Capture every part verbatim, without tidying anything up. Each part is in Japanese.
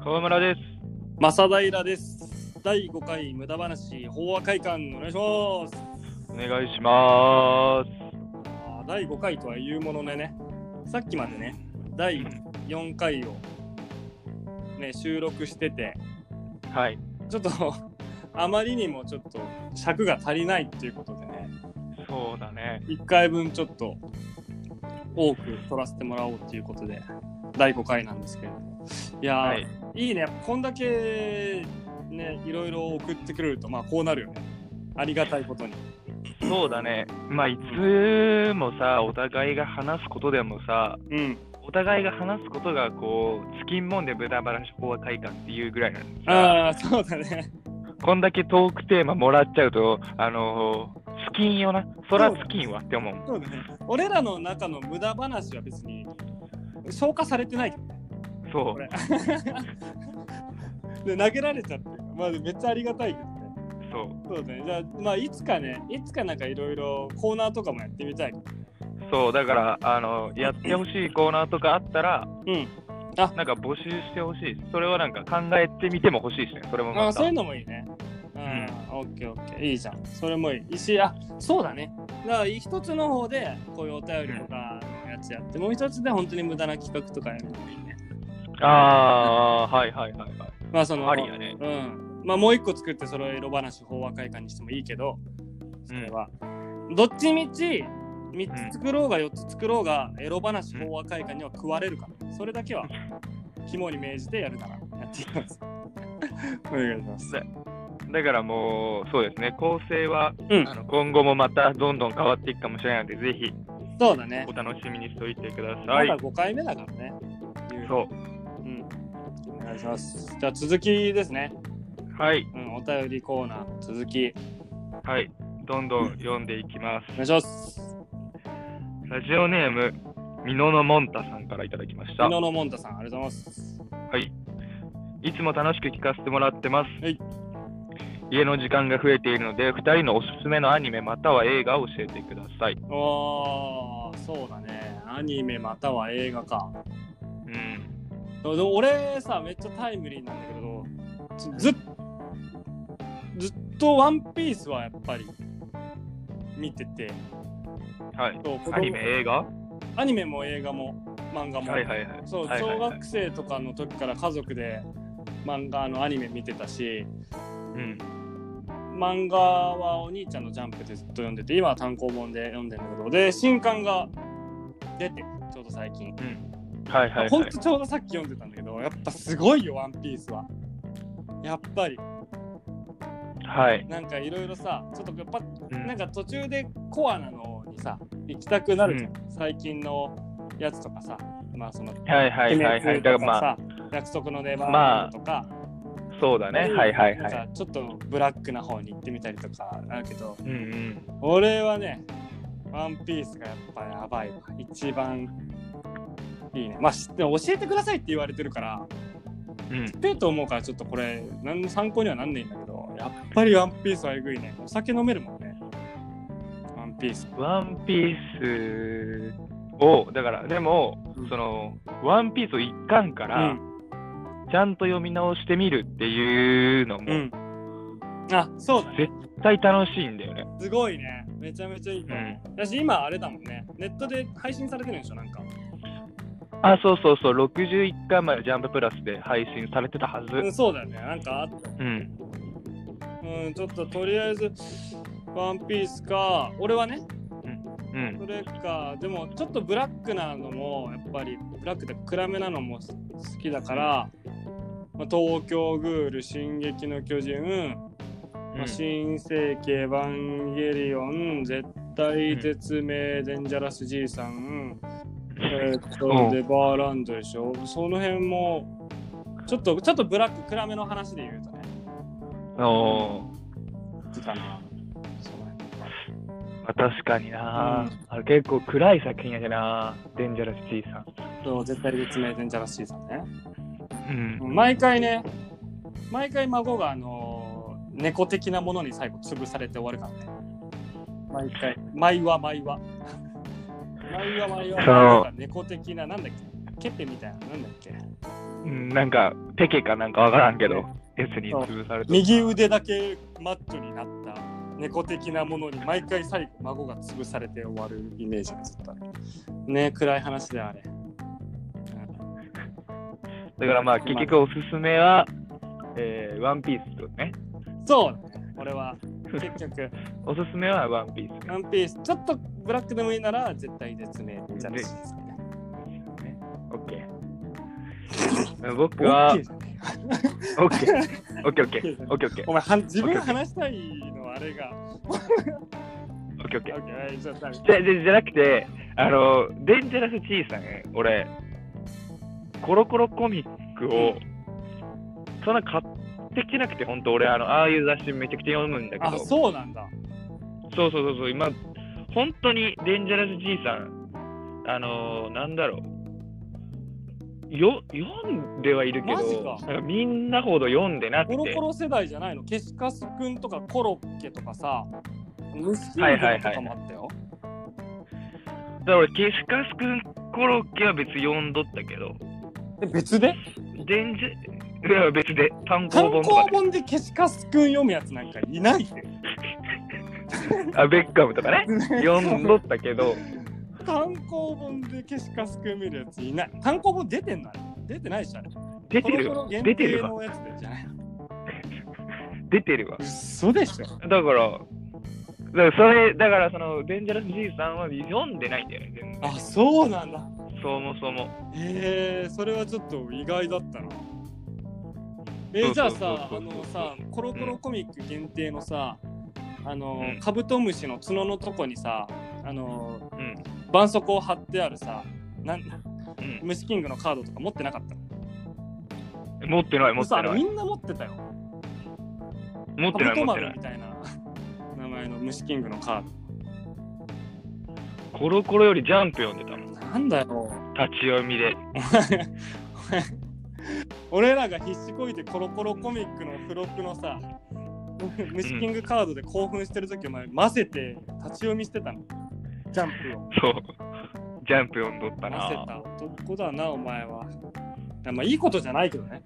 川村です。 正平です。だいごかい無駄話法話会館お願いします。 お願いします。 あだいごかいとは言うもののね、さっきまでね、だいよんかいを、ね、収録してて、 はい。 ちょっとあまりにもちょっと尺が足りないっていうことでね、 そうだね。 いっかいぶんちょっと多く撮らせてもらおうっていうことで、だいごかいなんですけれども。いやー、はい、いいね。こんだけね、いろいろ送ってくれると、まあこうなるよね。ありがたいことに。 そうだね。まあいつもさ、お互いが話すことでもさ、うん、お互いが話すことがこう、つきんもんで無駄話法話会館っていうぐらいなんですが。 ああ、そうだね。 こんだけトークテーマもらっちゃうと、あのー、尽きんよな。そら尽きんわって思う。 そうだね。俺らの中の無駄話は別に消化されてないけどね。 そう。 で投げられちゃって、まあ、めっちゃありがたいけどね。 そう。 そうだね。じゃあ、まあ、いつかね、いつかなんかいろいろコーナーとかもやってみたい。 そう、だから、あの、やってほしいコーナーとかあったら、うん。あ、なんか募集してほしい。それはなんか考えてみても欲しいしね。それもまた。 あ、そういうのもいいね。うん、オッケーオッケー。いいじゃん。それもいい。し、あ、そうだね。だから一つの方でこういうお便りとかのやつやって、うん、もう一つで本当に無駄な企画とかやるのもいいね。 ああ、はいはいはいはい。 まあその、 ありやね。 うん。まあもう一個作ってそれをエロ話法話会館にしてもいいけど、それは、うん、どっちみちみっつ作ろうがよっつ作ろうがエロ話法話会館には食われるから、それだけは肝に銘じてやるからやっていきます。お願いします。 だからもうそうですね、構成は、うん、あの今後もまたどんどん変わっていくかもしれないので、ぜひそうだね、 お楽しみにしておいてください。 まだごかいめだからね。 そう。 うん。お願いします。じゃあ続きですね。 はい。 うん、お便りコーナー続き。 はい。どんどん読んでいきます。 お願いします。 ラジオネームミノノモンタさんからいただきました。 ミノノモンタさん、ありがとうございます。 はい。いつも楽しく聞かせてもらってます。 はい。 家の時間が増えているので、ふたりのおすすめのアニメまたは映画を教えてください。 おー、そうだね。アニメまたは映画か。 うん。 でも俺さ、めっちゃタイムリーなんだけど、ずっずっとワンピースはやっぱり見てて。 はい。アニメ、映画？ アニメも映画も漫画も。 はいはいはい。 そう、 はいはいはい、 小学生とかの時から家族で漫画のアニメ見てたし、 うん。 漫画はお兄ちゃんのジャンプでずっと読んでて、今は単行本で読んでるんだけど、で新刊が出てちょうど最近、 うん、はいはいはい、 ほんとちょうどさっき読んでたんだけど、やっぱすごいよワンピースは。やっぱりはいなんかいろいろさ、ちょっとやっぱ、うん、なんか途中でコアなのにさ行きたくなるじゃん、うん、最近のやつとかさ、まあそのはいはいはいはい、 だからまあ約束のネバーランドとか、まあそうだね、はいはいはい。なんかちょっとブラックな方に行ってみたりとかあるけど、 うんうん、 俺はね、ワンピースがやっぱやばいわ。一番いいね。まあ知って教えてくださいって言われてるから、うん、知ってると思うからちょっとこれ何の参考にはなんないんだけど、やっぱりワンピースはえぐいね。お酒飲めるもんね。ワンピース。 ワンピースをだからでも、うん、そのワンピースを一巻から、うんちゃんと読み直してみるっていうのも、うん、 あ、そうだ、ね、 絶対楽しいんだよね。 すごいね。めちゃめちゃいいと思う。うん、私今あれだもんね。ネットで配信されてるんでしょなんか。 あ、そうそうそう。ろくじゅういっかいまでジャンププラスで配信されてたはず。 うん、そうだよね。なんかあった。 うん。 うん、ちょっととりあえずワンピースか。俺はね。 うん、 それか。でもちょっとブラックなのもやっぱりブラックで暗めなのも好きだから。まあ、東京グール、進撃の巨人、うんまあ、新世紀エヴァンゲリオン、絶対絶命デンジャラスじいさん、うん、えー、っとデバーランドでしょ。その辺もちょっとちょっとブラック暗めの話で言うとね。 おー。かな。 まあ、確かにな、うん、あれ結構暗い作品やでな、デンジャラスじいさん。 そう、絶対絶命デンジャラスじいさんね。 うん、 毎回ね、毎回孫があのー、猫的なものに最後潰されて終わるからね。毎回、毎話毎話。毎話毎話、毎話猫的な、なんだっけ、ケペみたいな、なんだっけ。 ん、なんかペケかなんかわからんけど、やつに潰されて、 右腕だけマッチョになった猫的なものに毎回最後孫が潰されて終わるイメージがずっとあるね。暗い話だよあれ。 だからまあ結局おすすめは、えー、ワンピースとね。 そうだね。俺は結局おすすめはワンピース、ね。 ワンピースちょっとブラックでもいいなら絶対絶命じゃないですかね。 オッケー。僕はオッケーオッケーオッケーオッケーオッケーオッケー。 お前は自分話したいのあれが。 オッケーオッケー。 オッケーじゃあじゃじゃなくてあのデンジャラス G さん俺コロコロコミックをそんな買ってきてなくて本当俺あのああいう雑誌めちゃくちゃ読むんだけど。 あそうなんだ。 そうそうそうそう今本当にデンジャラス G さんあのー、なんだろうよ読んではいるけどなんかみんなほど読んでなくて。 コロコロ世代じゃないの？ケシカスくんとかコロッケとかさムスキングとかもあったよ。 だから俺ケシカスくんコロッケは別読んどったけど。 え別で？ デンジいや別で単行本とかで。 単行本でケシカスくん読むやつなんかいないって。 あベッカムとかね読んどったけど単行本でケシカスくん見るやついない。単行本出てんの？出てないしあれ。 出てるわ。出てるわ。 のやつじゃないの？ 出てるわ。 嘘でしょ。 だからだからそれだからそのデンジャラス G さんは読んでないんだよね全然。 あそうなんだ。 そもそも。 へえそれはちょっと意外だったな。えー、じゃあさあのさコロコロコミック限定のさ、うん、あの、うん、カブトムシの角のとこにさあの、うん、絆創膏貼ってあるさなん、うん、虫キングのカードとか持ってなかった？ 持ってない持ってない。 みんな持ってたよ。 持ってないカブト持ってないみたいな名前の虫キングのカード。コロコロよりジャンプ読んでたの。 なんだよ立ち読みで。 俺らが必死こいてコロコロコミックの付録のさ虫キングカードで興奮してる時お前混ぜて立ち読みしてたのジャンプを。 そうジャンプ読んどったな。 混ぜた男だなお前は。まあいいことじゃないけどね。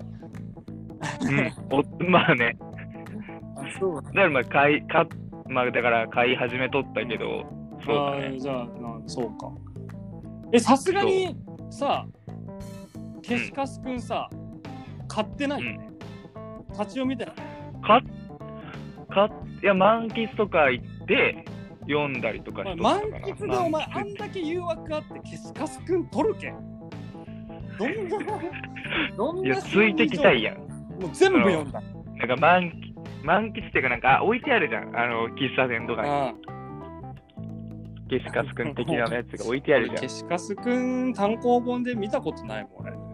うん、まあね。 あそうだ。 だからまあ買いかまあだから買い始めとったけど、うん、そうだね。 あじゃあそうか。えさすがにさケシカスくんさ、うん、買ってないよね、うん、立ち読みだよね。 買っ買っいや満喫とか行って読んだりとかしてたから。 満喫でお前あんだけ誘惑あってケシカスくん取るけん。どんなどんないやついてきたいやん。 もう全部読んだ。 なんか満喫満喫っていうかなんか置いてあるじゃんあの喫茶店とかに。ああケシカスくん的なやつが置いてあるじゃん。 ケシカスくん単行本で見たことないもん俺。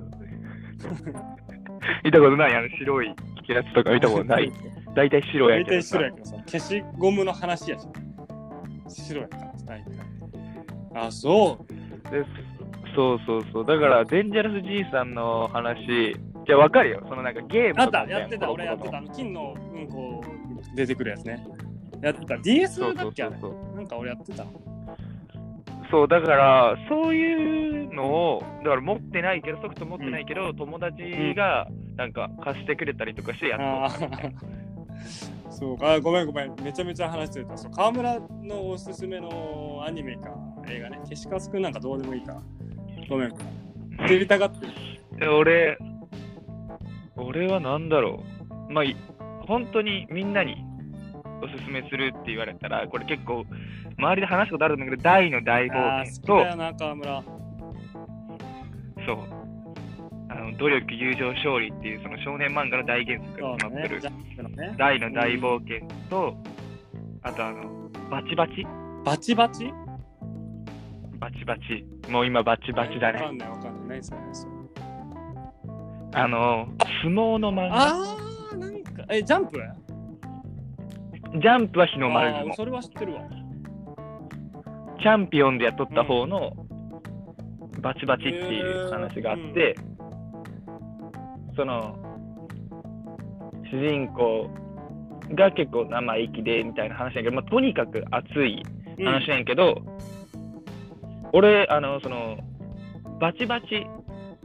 見たことないあの白いやつとか見たことない。大体白やけどさ。 大体白やけどさ消しゴムの話やし。白やから大体。あそうで。そうそうそうだからデンジャラス G さんの話じゃあ分かるよそのなんかゲームとかあったやってた俺やってたあの金のうんこ出てくるやつねやってた ディーエス だっけあれなんか俺やってたそうだからそういうのをだから持ってないけどソフト持ってないけど、うん、友達がなんか貸してくれたりとかしてやっとった、うん、 そうかごめんごめんめちゃめちゃ話してた。そう川村のおすすめのアニメか映画ねケシカスくんなんかどうでもいいかごめん知りたがってる。 俺俺はなんだろうまあ本当にみんなにおすすめするって言われたらこれ結構周りで話すことあるんだけど大の大冒険と好きだよな川村。 そうあの努力友情勝利っていうその少年漫画の大原則が決まってる、ねね、大の大冒険と、うん、あとあのバチバチバチバチバチバチもう今バチバチだね。 わかんないわかんないですよね。 あの相撲の漫画。 あーなんかえジャンプ？ ジャンプは日の丸相撲。 それは知ってるわ。 チャンピオンでやっとった方のバチバチっていう話があって、うん、その主人公が結構生意気でみたいな話やけど、まあ、とにかく熱い話やんけど、うん、俺あのそのバチバチ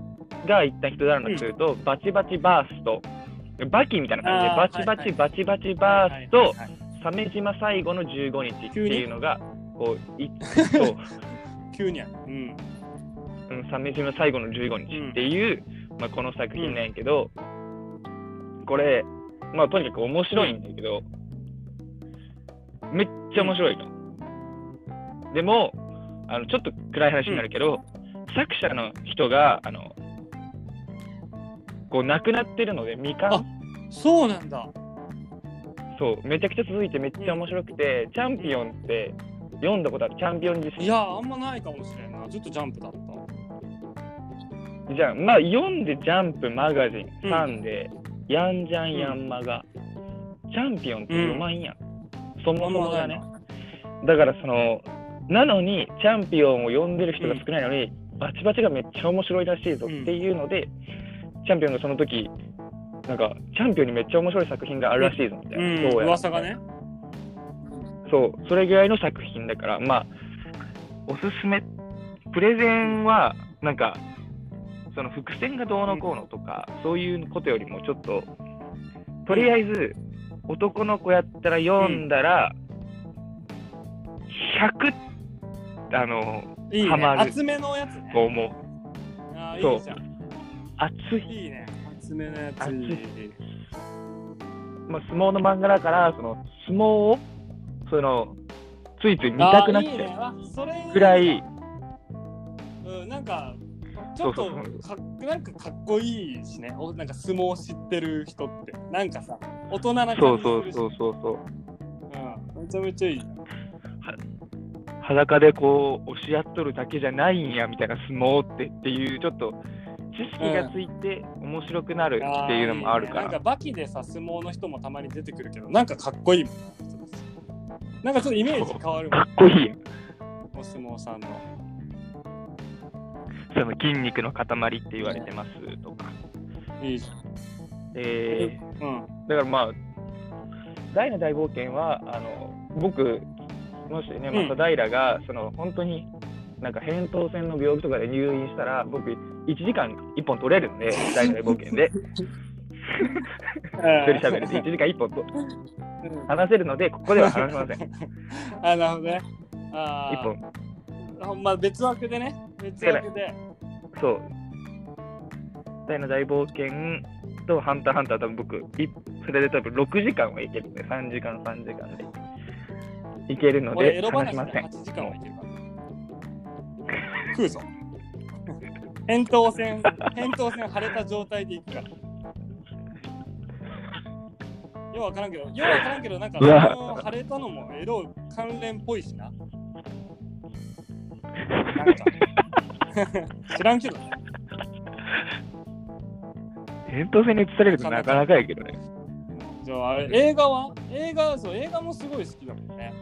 が一体人誰なのかというと、うん、バチバチバースト、バキみたいな感じでバチバチバチバチバースト、鮫島最後のじゅうごにちっていうのがこういそう急にやうん、 うん、鮫島最後のじゅうごにちっていう、うんまあ、この作品なんやけど、うん、これまあとにかく面白いんだけど、うん、めっちゃ面白いと、うん、でもあのちょっと暗い話になるけど、うん、作者の人があのこう亡くなってるので未完。 あ、そうなんだ。 そうめちゃくちゃ続いてめっちゃ面白くて、うん、チャンピオンって読んだことある？チャンピオン自身。 いやあんまないかもしれんな。ずっとジャンプだった。 じゃあまあ読んでジャンプマガジンさんで、うん、ヤンジャンヤンマガ、うん、チャンピオンって読まんやん、うん、そもそもがね。だからそのなのにチャンピオンを読んでる人が少ないのに、うん、バチバチがめっちゃ面白いらしいぞっていうので、うん、チャンピオンがその時なんかチャンピオンにめっちゃ面白い作品があるらしいぞみたいな、うん、 そうや噂がね。 そうそれぐらいの作品だから、まあおすすめプレゼンはなんかその伏線がどうのこうのとか、うん、そういうことよりもちょっととりあえず男の子やったら読んだらひゃく、あのいいね、 ハマる厚めのやつね。 と思う。 あいいじゃん。 熱い。 いいね。厚めのやつ。 熱い。まあ、相撲の漫画だからその相撲をそのついつい見たくなっちゃうくらい。 うん、なんかちょっとかなんかかっこいいしね。おなんか相撲知ってる人ってなんかさ大人な感じするし。 そうそうそうそう。 うん、めちゃめちゃいい。 裸でこう押し合っとるだけじゃないんやみたいな相撲ってっていうちょっと知識がついて面白くなるっていうのもあるから、 うん、いいね、なんかバキでさ相撲の人もたまに出てくるけどなんかかっこいいもん。なんかちょっとイメージ変わるもん。 かっこいいやん。 お相撲さんのその筋肉の塊って言われてますとか。 いいじゃん。 えー、うん。だからまあ大の大冒険はあの僕もしね、また平が、うん、その本当になんか扁桃腺の病気とかで入院したら僕いちじかんいっぽん取れるんで大の大冒険で一人喋るでいちじかんいっぽんと話せるのでここでは話しません。 あ、なるほどね。あいっぽん。 まあ別枠でね。別枠で。 そう。大の大冒険とハンターハンター多分僕それで多分ろくじかんはいけるんでさんじかんさんじかんで。いけるので話しません。 はちじかんはいけるから。食うぞ。扁桃腺、扁桃腺腫れた状態でいくから。ようわからんけど、ようわからんけど、なんかその腫れたのもエロ関連っぽいしな。なんか知らんけどね。 扁桃腺に移されるとなかなかやけどね。 じゃああれ映画は映画そう映画もすごい好きだもんね。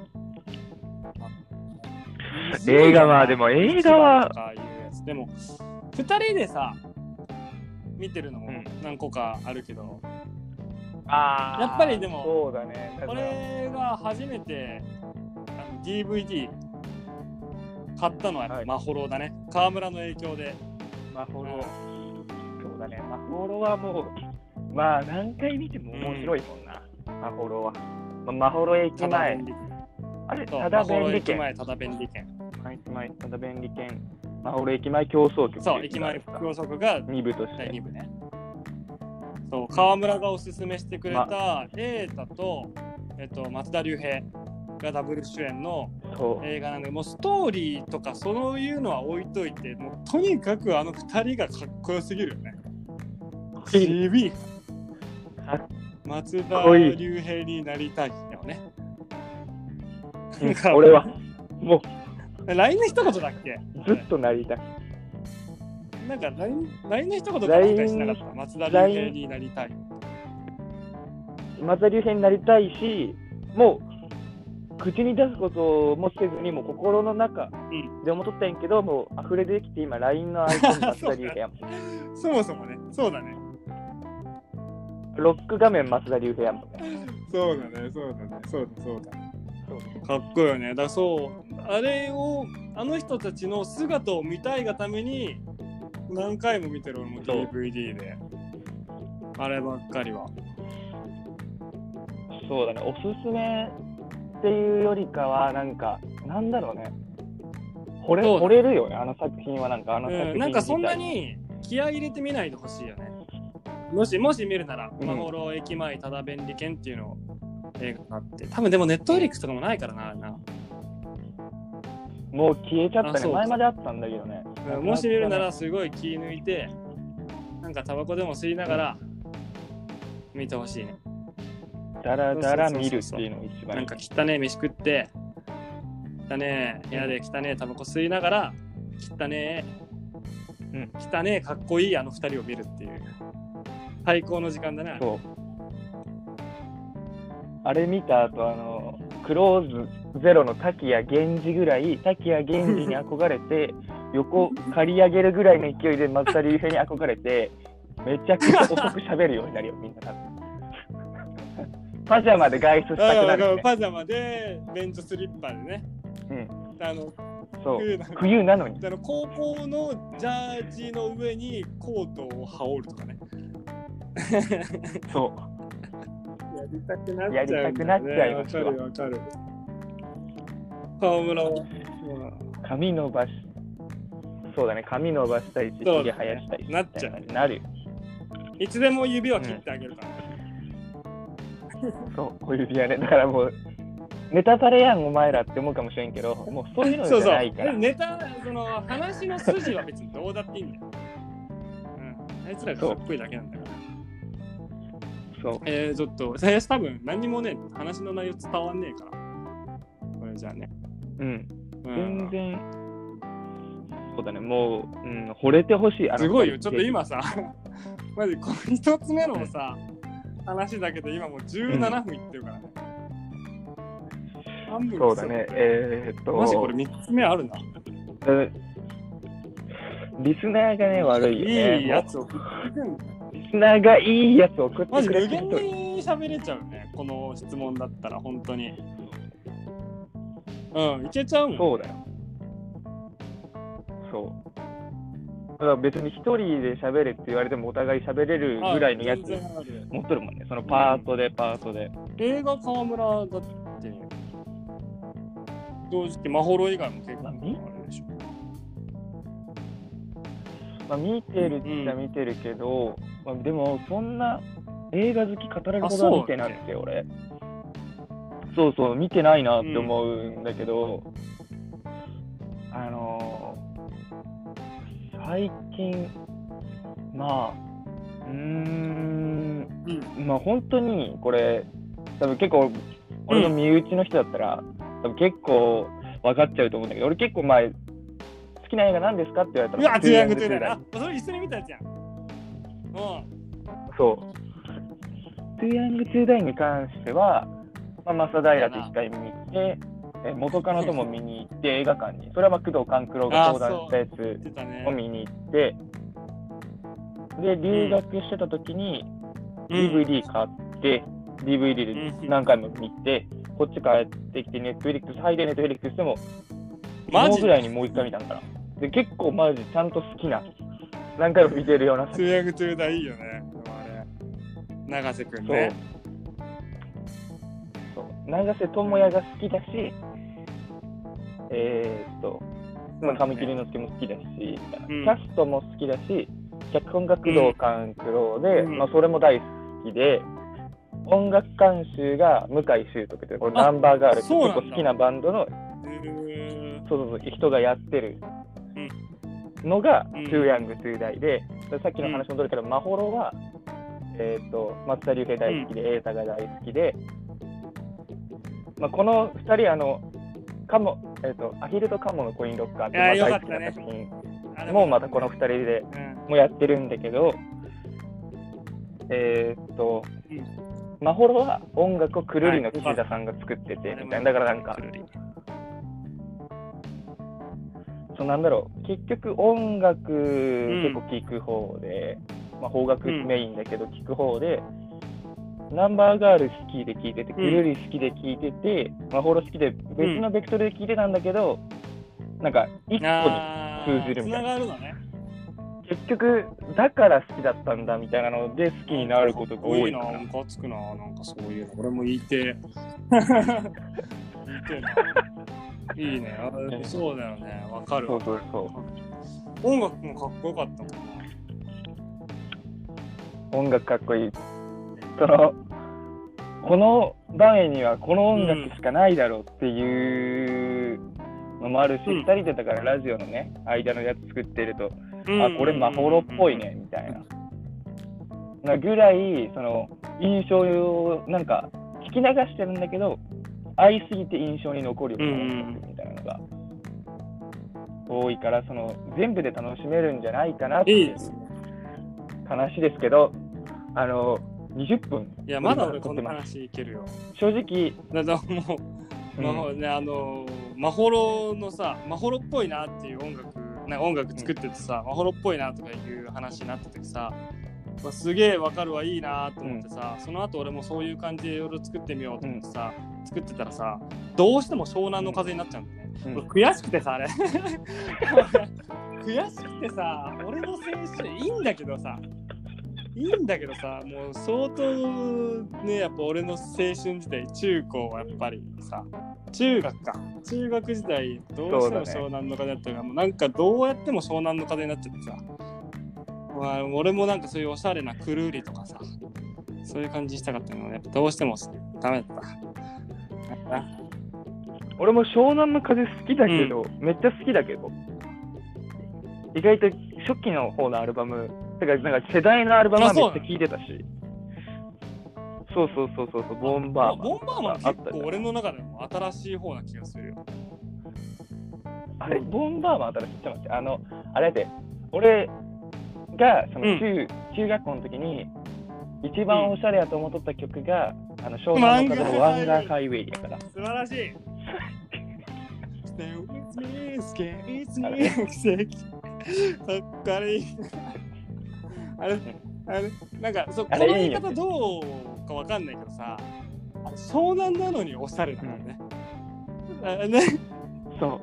映画はでも映画はでもふたりでさ見てるのも何個かあるけど、うん、あやっぱりでもそうだね。 これが初めてあの ディーブイディー 買ったのはやっぱマホロだね。川村の影響でマホロ、そうだね。マホロはもうまあ何回見ても面白いもんな、うん、マホロは、まあ、マホロ駅前あれただ便利券前ただ便利券駅前ただ便利券マホロ駅前競争局そう駅前競争局がに部としてに部ね。そう川村がおすすめしてくれた瑛太と、えっと、松田龍平がダブル主演の映画なんでもうストーリーとかそういうのは置いといてもうとにかくあのふたりがかっこよすぎるよね。ちび松田龍平になりたいよね。 俺はもう ライン の一言だっけずっとなりたい。 なんか ライン, ラインの一言か何かしなかった。松田龍平になりたい。 松田龍平になりたいしもう口に出すこともせずにもう心の中で思っとったんやけど、うん、もう溢れ出てきて今 ライン のアイコン松田龍平やもんそもそもねそうだねロック画面松田龍平やもんね。 そうだねそうだねそうだそうだかっこいいよね。だからそうあれをあの人たちの姿を見たいがために何回も見てる俺も ディーブイディー で。あればっかりは。 そうだね、おすすめっていうよりかは、なんか、なんだろうね。惚れ、惚れるよね、あの作品は。なんか、あの作品、 うん、なんかそんなに気合い入れてみないでほしいよね。もし、もし見るなら、 うん、 まほろ駅前ただ便利券っていうのを映画があって、多分でもネットフリックスとかもないからな、あれな。 もう消えちゃったね。 前まであったんだけどね。 うん、もし見るなら、すごい気抜いて、なんかタバコでも吸いながら見てほしいね。 だらだら見るっていうのが一番いい。 なんか汚ねえ飯食って、汚ねえ部屋で汚ねえタバコ吸いながら、汚ねえ、うん、汚ねえかっこいいあの二人を見るっていう最高の時間だね。 そう。あれ見た後、あのクローズゼロの滝谷源氏ぐらい、滝谷源氏に憧れて横刈り上げるぐらいの勢いで松田龍平に憧れて、めちゃくちゃ遅く喋るようになるよみんな。パジャマで外出したくなる、ね、 パジャマでベンチスリッパでね。 うん。 あのそう冬なのに。冬なのに。 あの高校のジャージの上にコートを羽織るとかね。 そう。 やりたくなっちゃう、ね。 やりたくなっちゃいますわ。 わかるわかる。河村は髪伸ばし、そうだね、髪伸ばしたり、ひげ生やしたり、 なっちゃう。 なる。 いつでも指は切ってあげるから。 うん、そう、小指輪ね。だからもう、ネタバレやんお前らって思うかもしれんけど、もうそういうのじゃないから。 そうそうネタ、その話の筋は別にどうだっていいんだよ。うん、あいつらがかっこいいだけなんだから。 そう。 えー、ちょっと、最初多分何もね、話の内容伝わんねえから。これじゃあね。 うん。全然、そうだね、もう、うん、惚れてほしい。 すごいよ、ちょっと今さ、マジこの一つ目のさ、話だけで今もうじゅうななふんいってるからね。 うん、そうだね、えー、っと。 マジこれみっつめあるな。 リスナーがね、悪いよね。 いいやつ送ってくんだ。 リスナーがいいやつ送ってくれてる。 マジ無限に喋れちゃうね、この質問だったら、本当に。うん、いけちゃうもん。 そうだよ。そう。だから別に一人で喋れって言われてもお互い喋れるぐらいのやつ持っとるもんね。そのパートでパートで。 映画河村だって、正直マホロ以外も結構あるでしょ。 まあ見てるっちゃ見てるけど、うん、まあ、でもそんな映画好き語れるほどは見てなくて、俺。そうそう、見てないなって思うんだけど、うん、あのー、最近、まあ、うーん、うん、まあ本当にこれ、多分結構、俺の身内の人だったら、うん、多分結構分かっちゃうと思うんだけど、俺結構前、好きな映画何ですかって言われたら、 うわ、トゥーヤングトゥーダイ。あ、それ一緒に見たやつやん。うん。 そう。トゥーヤングトゥーダイに関しては、まあ、正平と一回見に行って、え元カノとも見に行って映画館に、それはまあ工藤官九郎が相談したやつを見に行って、で、留学してた時に ディーブイディー 買って、ディーブイディー で何回も見て、こっち帰ってきて、ネットフリックス、入ってネットフリックスでも、もうぐらいにもう一回見たんかな。で、結構マジちゃんと好きな、何回も見てるような。 トゥーヤングトゥーダイいいよね。永瀬くんね。 永瀬智也が好きだし、えー、っと、神木隆之介も好きだし、うん、キャストも好きだし、脚本が工藤官九郎で、うん、まあ、それも大好きで、音楽監修が向井秀徳で、これナンバーガールって結構好きなバンドの、そうそうそう、人がやってるのが、うん、トゥーヤングトゥーダイで、さっきの話戻るけど、マホロは、えー、っと、松田龍平大好きで、瑛太、うん、が大好きで、まあ、このふたり、あの、カモ、えっと、アヒルとカモのコインロッカーって大好きな作品もまたこのふたりでもやってるんだけど、えっと、マホロは音楽をくるりの岸田さんが作ってて、みたいな。だからなんか、そうなんだろう、結局音楽結構聴く方で、まあ、邦楽メインだけど聴く方で、ナンバーガール好きで聴いてて、くるり好きで聴いてて、マホロ好きで別のベクトルで聴いてたんだけど、うん、なんか一個に通じるみたいな。 つながるのね。 結局だから好きだったんだみたいなので好きになることが多いな。 かな。 ムカつくな、なんかそういうの。俺も言いて言いてえな。いいね。あ、そうだよね。わかる。 そうそうそう。 音楽もかっこよかったもんな。 音楽かっこいい。そのこの場面にはこの音楽しかないだろうっていうのもあるし、うん、ふたりでだからラジオのね間のやつ作ってると、うん、あこれマホロっぽいねみたいななぐらいその印象をなんか聞き流してるんだけど合いすぎて印象に残るような音楽みたいなのが多いから、その全部で楽しめるんじゃないかなっていう話ですけど、あのにじゅっぷん。 いやまだ俺この話いけるよ。 正直だからもう、うんまあね、あのマホロのさマホロっぽいなっていう音楽なんか音楽作っててさ、うん、マホロっぽいなとかいう話になった時さ、まあ、すげえわかるわいいなと思ってさ、うん、その後俺もそういう感じでいろいろ作ってみようと思ってさ、うん、作ってたらさどうしても湘南の風になっちゃうんだよね、うん、悔しくてさあれ悔しくてさ俺の青春いいんだけどさいいんだけどさもう相当ねやっぱ俺の青春時代中高はやっぱりさ中学か中学時代どうしても湘南の風だったから、ね、もうなんかどうやっても湘南の風になっちゃってさ、まあ、俺もなんかそういうおしゃれなくるりとかさそういう感じしたかったので、ね、どうしてもダメだった。 俺も湘南の風好きだけど、うん、めっちゃ好きだけど意外と初期の方のアルバムてかなんか世代のアルバムはめっちゃ聴いてたし、そうそうそうそうそうボンバーマンボンバーマン結構俺の中でも新しい方な気がするよ。 あれボンバーマン新しいちょっと待ってあのあれで俺がその 中,、うん、中学校の時に一番おしゃれやと思っとった曲が、うん、あの湘南の風のワンガーハイウェイやから。 素晴らしい。そっからいい。あれ、あれ、なんか、そう、この言い方どうかわかんないけどさ、湘南なのにおしゃれだからね。うん、あねそう。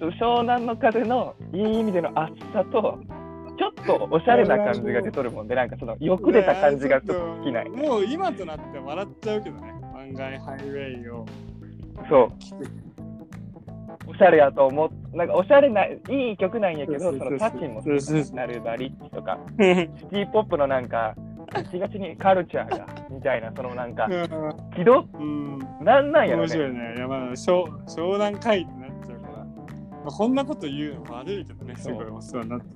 湘南の風のいい意味での熱さと、ちょっとおしゃれな感じが出とるもんで、なんかその欲出た感じがちょっと好きない。 もう今となって笑っちゃうけどね、湾岸ハイウェイを。 そう。おしゃれやと思う、なんかおしゃれないい曲なんやけど、そのタッチもなるバリッチとか、シティポップのなんか、ガチガチにカルチャーがみたいな、そのなんか、気取っ、なんなんやろね。 面白いね。いやまあ、湘南会ってなっちゃうから、まあ、こんなこと言うの悪いけどね、すごいお世話になって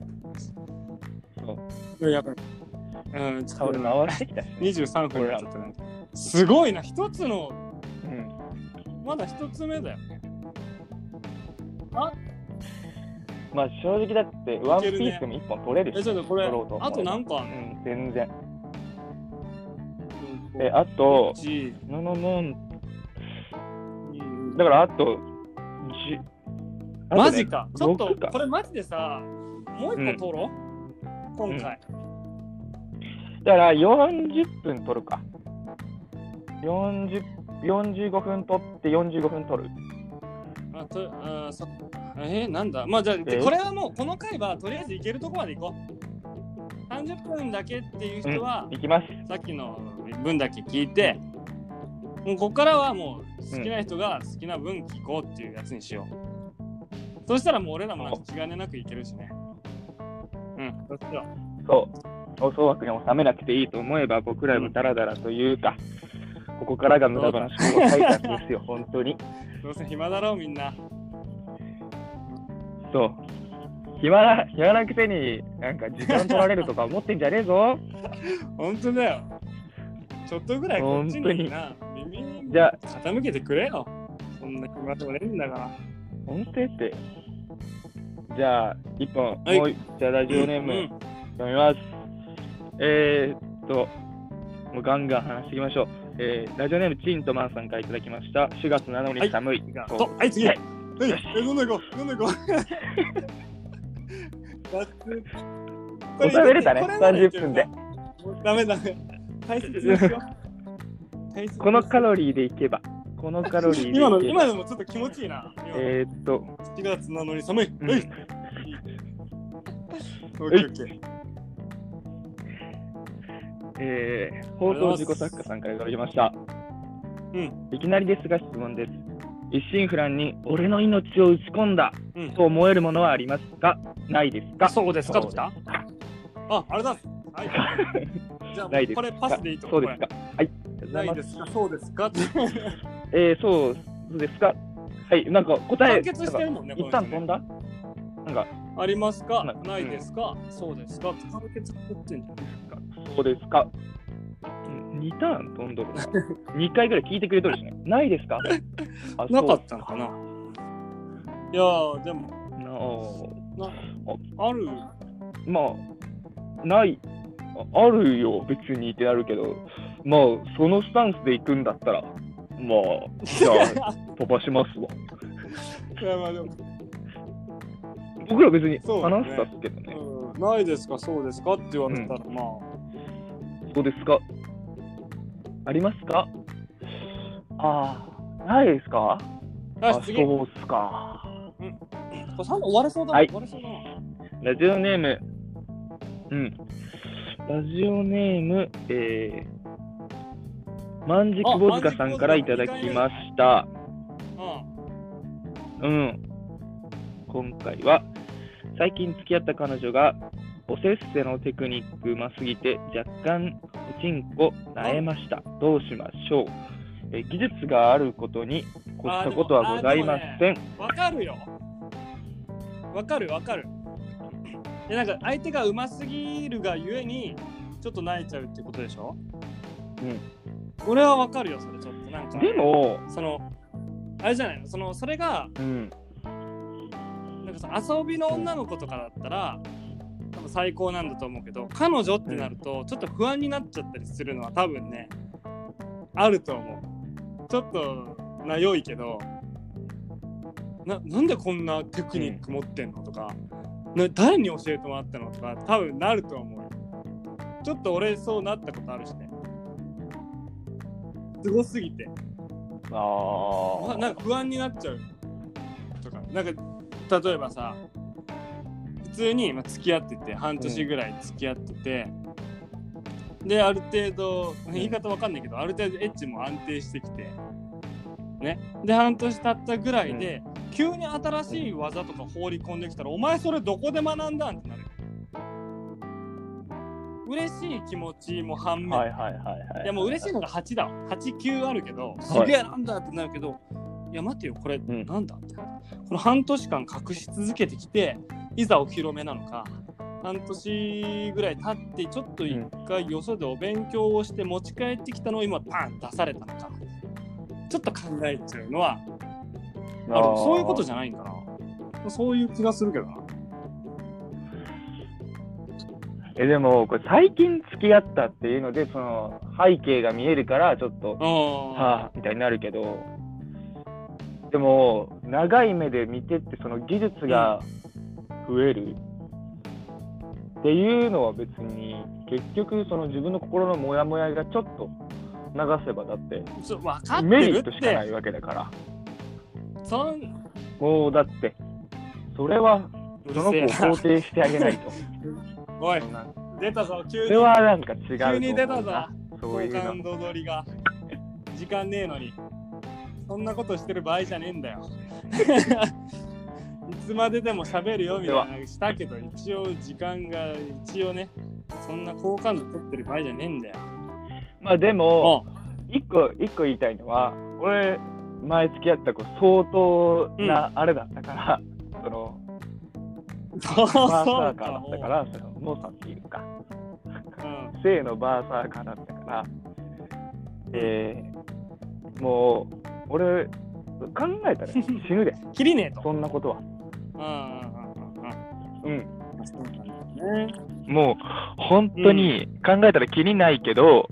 そう。やばい。うん、ちょっと回してきた、ね。 にじゅうさんぷんになっちゃったね。すごいな、一つの、うん、まだ一つ目だよね。あまあ正直だってワンピースでも一本取れるし、ね、 えちょっとこれあと何個あんの、 うん、全然えあとのののんだからあとじあと、ね、マジかちょっとこれマジでさもう一個取ろう、うん、今回、 うん、だからよんじゅっぷん取るかよんじゅう、よんじゅうごふん取ってよんじゅうごふん取るあとあそえー、なんだまあじゃあ、えー、これはもうこの回はとりあえず行けるとこまで行こうさんじゅっぷんだけっていう人は、 うん、行きますさっきの分だけ聞いてもうここからはもう好きな人が好きな分聞こうっていうやつにしよう、うん、そしたらもう俺らも気兼ねなく行けるしねうんそっちはそう放送枠に収めなくていいと思えば僕らもダラダラというか、うん、ここからが無駄話を書いたんですよ本当にどうせ暇だろうみんなそう暇な暇なくせになんか時間取られるとか思ってんじゃねえぞ本当だよちょっとぐらいこっちにな耳にじゃあ傾けてくれよそんな暇でもねえんだから本当やってじゃあ一本、はい、もうじゃあラジオネーム、うん、読みます、えー、っともうガンガン話していきましょう、えー、ラジオネームチントマンさんからいただきましたしがつなのに寒い、 はい、とはい次、はいはい、え飲んでいこう飲んでいこう収めれたねさんじゅっぷんでダメダメ大切にしようこのカロリーでいけばこのカロリーでいけば今の今のもちょっと気持ちいいなえー、っとしがつなのに寒い、うん、はいオッケーオッケー。 えー、放送事故作家さんからいただきました。 うん。 いきなりですが質問です。一心不乱に俺の命を打ち込んだ、 うん、 と思えるものはありますか？ないですか？ そうですかときた？あ、あれだ。はい。じゃあこれパスでいいと。 そうですか。はい。 ないですか？そうですか？ えー、そうですか。はい。なんか答え完結してるもんね。 一旦飛んだ？なんかありますか？ないですか？そうですか？完結してってんじゃないですか？ そうですか。にターン飛んどるな。にかいぐらい聞いてくれとるしね。ないですか？ あ、なかったのかな。いやーでもなあ、ある。 まあないあ、あるよ別にってなるけど、まあそのスタンスで行くんだったら、まあじゃあ飛ばしますわ。 いやまあでも僕ら別に話したっすけどね。 ね、うん、ないですか？そうですかって言われたら、うん、まあそうですか。ありますか？ああ、ないですか？あ、そうっすか。 うん。これさん終われそうだな。はい、終われそうだな。 ラジオネーム、うん。ラジオネーム、えー、万事久保塚さんからいただきました。うん。今回は、最近付き合った彼女が、おせっせのテクニックうますぎて若干おちんこなえました。どうしましょう？え技術があることに越したことはございません。 わ、ね、かるよ。わかるわかる。でなんか相手がうますぎるがゆえにちょっとなえちゃうってことでしょ？うん。俺はわかるよそれちょっとなんか。 でもそのあれじゃないの？そのそれが、うん、なんかさ遊びの女の子とかだったら。多分最高なんだと思うけど、彼女ってなるとちょっと不安になっちゃったりするのは多分ねあると思う。ちょっとな良いけど な, なんでこんなテクニック持ってんのとか、な誰に教えてもらったのとか多分なると思うよ。ちょっと俺そうなったことあるしね。すごすぎてああなんか不安になっちゃうとか、なんか例えばさ普通に付き合ってて半年ぐらい付き合ってて、うん、である程度言い方わかんないけど、うん、ある程度エッチも安定してきてね、で半年経ったぐらいで、うん、急に新しい技とか放り込んできたら、お前それどこで学んだんってなる。嬉しい気持ちも反面、はいはいはいはい、いやもう嬉しいのがはちだわ、はちきゅうあるけど、すげえなんだってなるけど、いや待てよこれなんだって、うん、この半年間隠し続けてきていざお披露目なのか、半年ぐらい経ってちょっと一回よそでお勉強をして持ち帰ってきたのを今パン出されたのか、ちょっと考えちゃうのはある。そういうことじゃないんかな。そういう気がするけどな。 えでもこれ最近付き合ったっていうのでその背景が見えるからちょっとはあみたいになるけど、でも長い目で見てってその技術が増えるっていうのは別に結局その自分の心のモヤモヤがちょっと流せばだってメリットしかないわけだから、 そんもうだってそれはその子を肯定してあげないとおい出たぞ急に。 それはなんか違うと思うな。急に出たぞ好感度取りが時間ねえのにそんなことしてる場合じゃねえんだよいつまででも喋るよみたいなしたけど、一応時間が一応ねそんな好感度取ってる場合じゃねえんだよ。 まあでも一個一個言いたいのは、俺前付き合った子相当なあれだったから、うん、そのバーサーカーだったから、そのノーさんっていうか、うん、性のバーサーカーだったから、えー、もう俺考えたら死ぬで切りねえとそんなことは。 うん。 もう本当に考えたら切りないけど、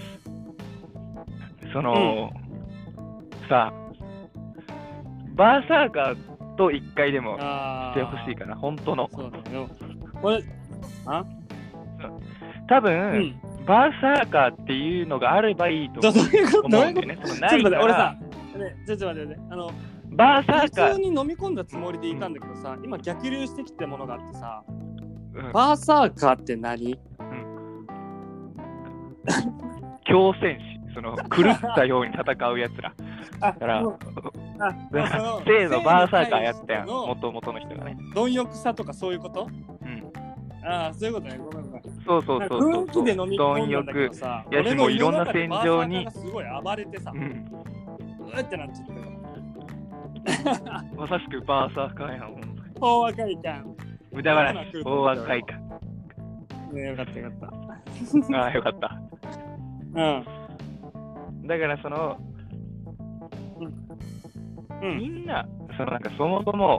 うん、その、うん、さバーサーカーと一回でもしてほしいかな、本当の。そうだよ。これ、あ？多分、うん、バーサーカーっていうのがあればいいと思うんだよね。そのないから。 俺さ、ね、ちょっと待ってね、あのバーサーカー普通に飲み込んだつもりでいたんだけどさ、今逆流してきたものがあってさ、 うん、 バーサーカーって何？ 強戦士、その狂ったように戦うやつら。だから正のバーサーカーやったやん、元々の人がね。 貪欲さとかそういうこと？ うん。 ああ、そういうことね。ごめんごめん。 そうそうそうそう。 空気で飲み込んだんだけどさ、 いやしもいろんな戦場に。 すごい暴れてさ、うん、うってなっちゃったよ。 まさしくバーサーカーやん。 大若いかん。 無駄話。大若いかん。 ね、よかったよかった。 ああ、よかった。 うん。 だからその、 うん、 みんな、そのなんかそもそも、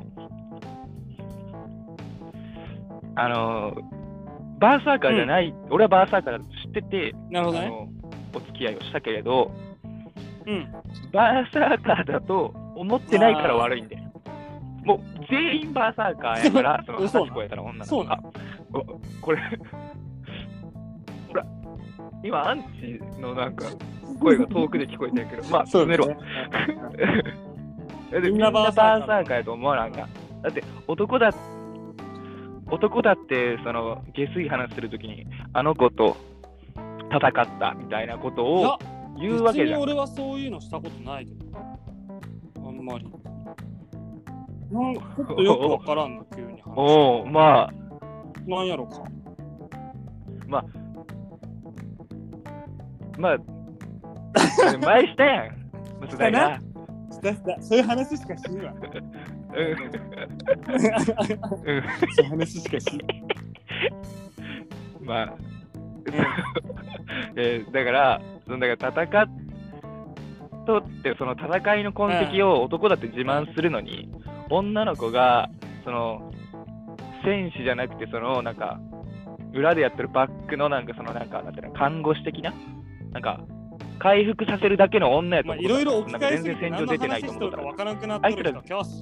あのバーサーカーじゃない、うん、俺はバーサーカーだと知ってて、 なるほどね、 あのお付き合いをしたけれど、 うん、 バーサーカーだと思ってないから悪いんで、もう全員バーサーカーやから、そのはたち超えたら女の子が、これ、ほら、今、アンチのなんか声が遠くで聞こえてるけど、まあ、進めろ。みんなバーサーカーやと思わなんか。だって、男だ、男だって、その、下水話するときに、あの子と戦ったみたいなことを言うわけじゃん。 別に俺はそういうのしたことないけど、あんまり。なんかちょっとよくわからんの、急に話。 おお、まあ。 なんやろか。 まあ。まあ、前したやん。娘だな。 したした。そういう話しかしんわ。 うん。 そういう話しかしん。 まあ。えー、だから、そのだから戦っとってその戦いの痕跡を男だって自慢するのに、うん、女の子がその戦士じゃなくてそのなんか裏でやってるバックのなんかそのなんかなんていうの看護師的ななんか回復させるだけの女やと思う。 いろいろ置き換えすぎて何の話しとるか分からなくなってる人キャス。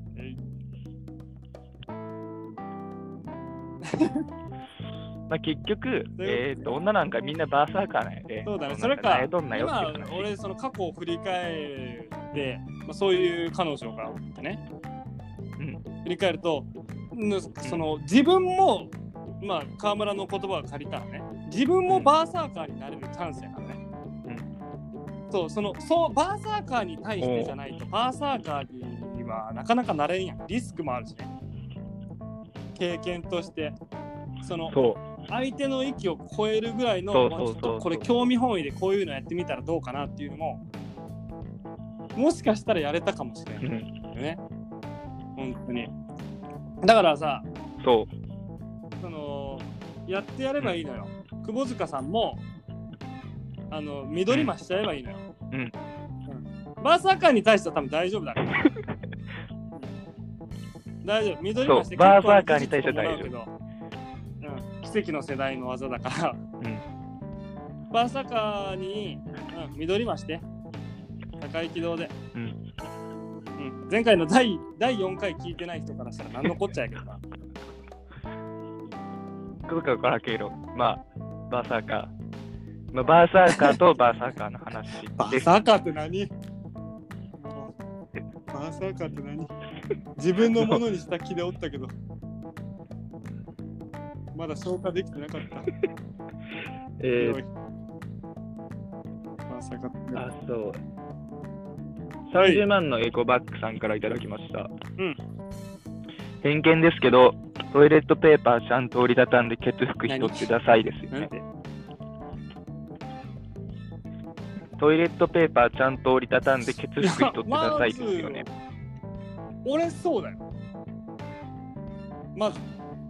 まあ結局、えー、と女なんかみんなバーサーカーなんやで。 そうだね、それか、今俺その過去を振り返って、まあ、そういう彼女がおってね、うん、振り返ると、その自分も、まあ川村の言葉を借りたらね、自分もバーサーカーになれるチャンスやからね。うん、そう、その、そうバーサーカーに対してじゃないと、バーサーカーにはなかなかなれんやん。リスクもあるしね。経験として、その、そう相手の域を超えるぐらいの、まあ、ちょっとこれ興味本位でこういうのやってみたらどうかなっていうのももしかしたらやれたかもしれないよね、うん、本当に。だからさ、 そうそのやってやればいいのよ、うん、窪塚さんもあの緑増しちゃえばいいのよ、うんうん、バーサーカーに対しては多分大丈夫だから大丈夫、緑増してバーサーカーに対しては大丈夫、 奇跡の世代の技だから、うん、バーサーカーに、うん、緑増して高い軌道で、うんうん、前回の第よんかい聞いてない人からしたら何のこっちゃやけどなどうか分からんけど、まあバーサーカー、まあ、バーサーカーとバーサーカーの話バーサーカーって何バーサーカーって何自分のものにした気でおったけどまだ消化できてなかった。 えー、 まさかあ、そう。さんじゅうまんのエコバッグさんからいただきました。うん。偏見ですけど、トイレットペーパーちゃんと折りたたんでケツ拭く人ってダサいですよね。トイレットペーパーちゃんと折りたたんでケツ拭く人ってダサいですよね。 俺そうだよ。まず。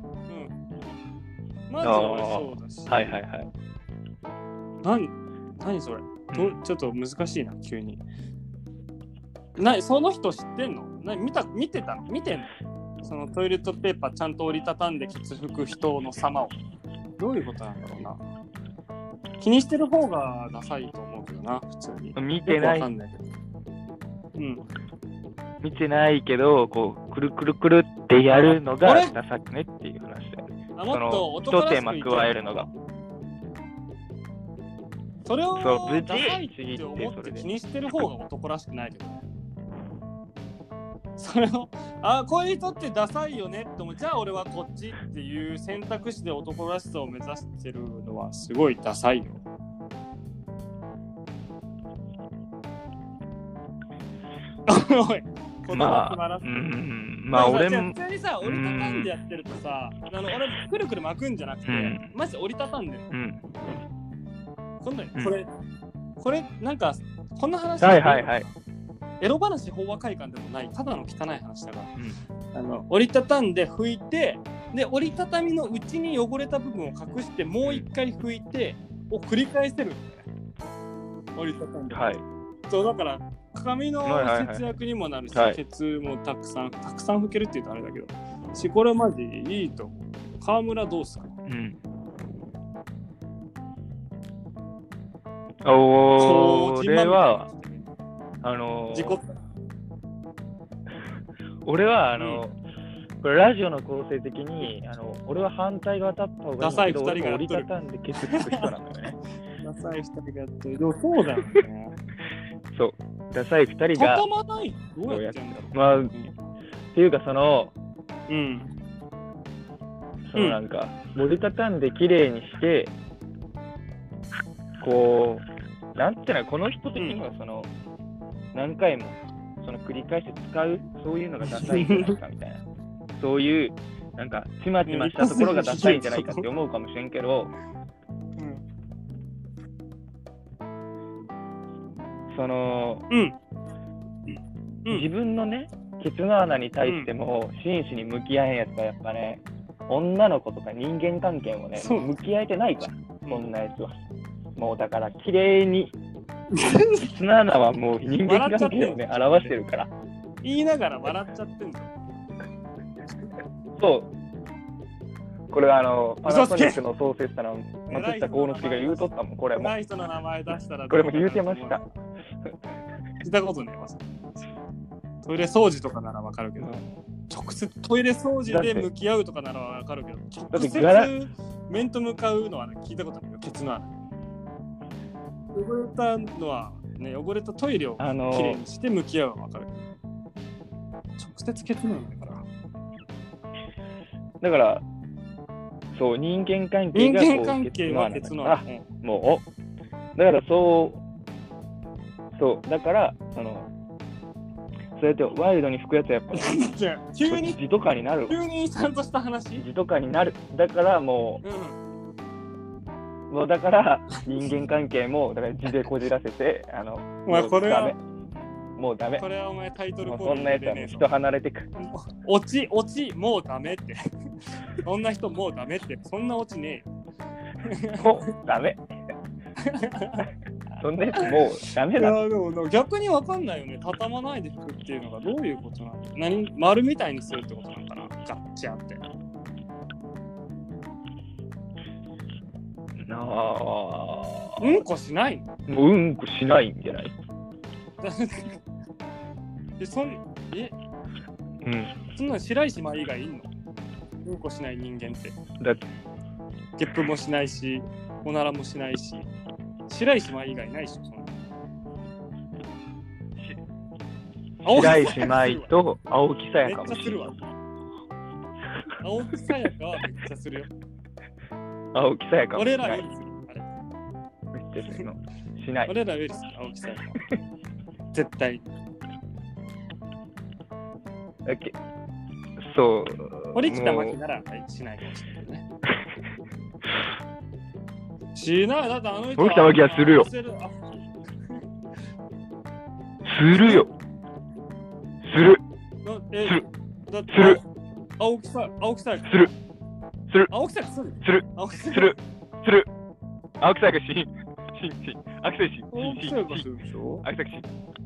まずはそうだし。 はいはいはい。 何何それ、うん、ちょっと難しいな、急に。なその人知ってんの？な見た見てたの見てんのそのトイレットペーパーちゃんと折りたたんでケツ拭く人の様を。どういうことなんだろうな。気にしてる方がダサいと思うけどな、普通に。 見てない。 よくわかんないけど。うん。 見てないけど、こう、くるくるくるってやるのがダサくねっていう話だよ。 あ、もっと一手間加えるのが。 それをダサいって思って気にしてる方が男らしくないけどね。 それをあこういう人ってダサいよねって思う。じゃあ俺はこっちっていう選択肢で男らしさを目指してるのはすごいダサいよ。おい言葉詰まらせて、 まあ、うん、まあ俺も普通にさ折りたたんでやってるとさ、あの俺くるくる巻くんじゃなくて、うん、マジ折りたたんでる、うん、こんなこれ、うん、これなんかこんな話はいはいはいエロ話法話会館でもないただの汚い話だが、うん、あの折りたたんで拭いてで折りたたみのうちに汚れた部分を隠してもう一回拭いてを繰り返せるんだよね。折りたたんで、はい、そうだから髪の節約にもなるし、はいはいはい、ケツもたくさんたくさん拭けるって言うとあれだけどしこれマジいいと思う。川村どうすか、うん、 おー俺はあのー、 事故った俺はあの、うん、これラジオの構成的にあの俺は反対側立った方がいいんだけど、ダサいふたりが折りたたんでケツつく人なんだよね。 ダサいふたりがやってる。でもそうだよね。 そうダサいふたりが畳まないどうやってんだろう。 まあ、うん、っていうかそのうんそのなんか、うん、折りたたんで綺麗にしてこうなんていうのこの人的にはその、うん、何回もその繰り返して使うそういうのがダサいんじゃないかみたいなそういうなんかちまちましたところがダサいんじゃないかって思うかもしれんけど、うん、その、うんうん、自分のねケツの穴に対しても真摯に向き合えんやつはやっぱね女の子とか人間関係もね向き合えてないからそんなやつはもうだから綺麗にケツの穴はもう人間関係をね表してるから言いながら笑っちゃってんだよ。 そうこれはあのパナソニックの創設者の松下幸之助が言うとったもん。これも人の名前出したらこれも言うてました。 聞いたことねえわ。トイレ掃除とかならわかるけど、うん、直接トイレ掃除で向き合うとかならわかるけど直接面と向かうのは、ね、聞いたことないよ。ケツの穴汚れたのはね汚れたトイレをきれいにして向き合うのはわかるけど、直接ケツの穴だからだからそう人間関係がこう人間関係はケツの穴、 うん、もうだからそうそうだからそのそうやってワイルドに吹くやつはやっぱ急に字とかになる急にちゃんとした話字とかになるだからもう、うん、もうだから人間関係もだから字でこじらせてあのお前これはもうダメもうダメこれはお前タイトルコールそんなやつはもう人離れてく落ち落ちもうダメってそんな人もうダメってそんな落ちねえよもうダメそんなやつもうダメだ。いやでも逆に分かんないよね。畳まないで拭くっていうのがどういうことなの？何丸みたいにするってことなのかな？ガッチャって。 なあ。 うんこしないの？もううんこしないんじゃない？ えそんえうんそんな白石麻衣がいんの？うんこしない人間って。だってゲップもしないし、おならもしないし。白石麻衣以外ないでしょ、そんな。白石麻衣と青木さやかもしれない。 青木さやかはめっちゃするよ。 青木さやかもしれない。 俺らよりする。あれ。 めっちゃするの。しない。 俺らよりする、青木さやか。絶対。 だっけそう。 堀北真希ならしないかもしれないね。しないだってあの人堀北真希はするよ。するよ。する。 えする。 だってする。 青木さ青木さする。する。 青木さする。 する。する。する。青木さやかしん。しんしん。青木さやかしん。 青木さやかするでしょ。 青木さやかしん。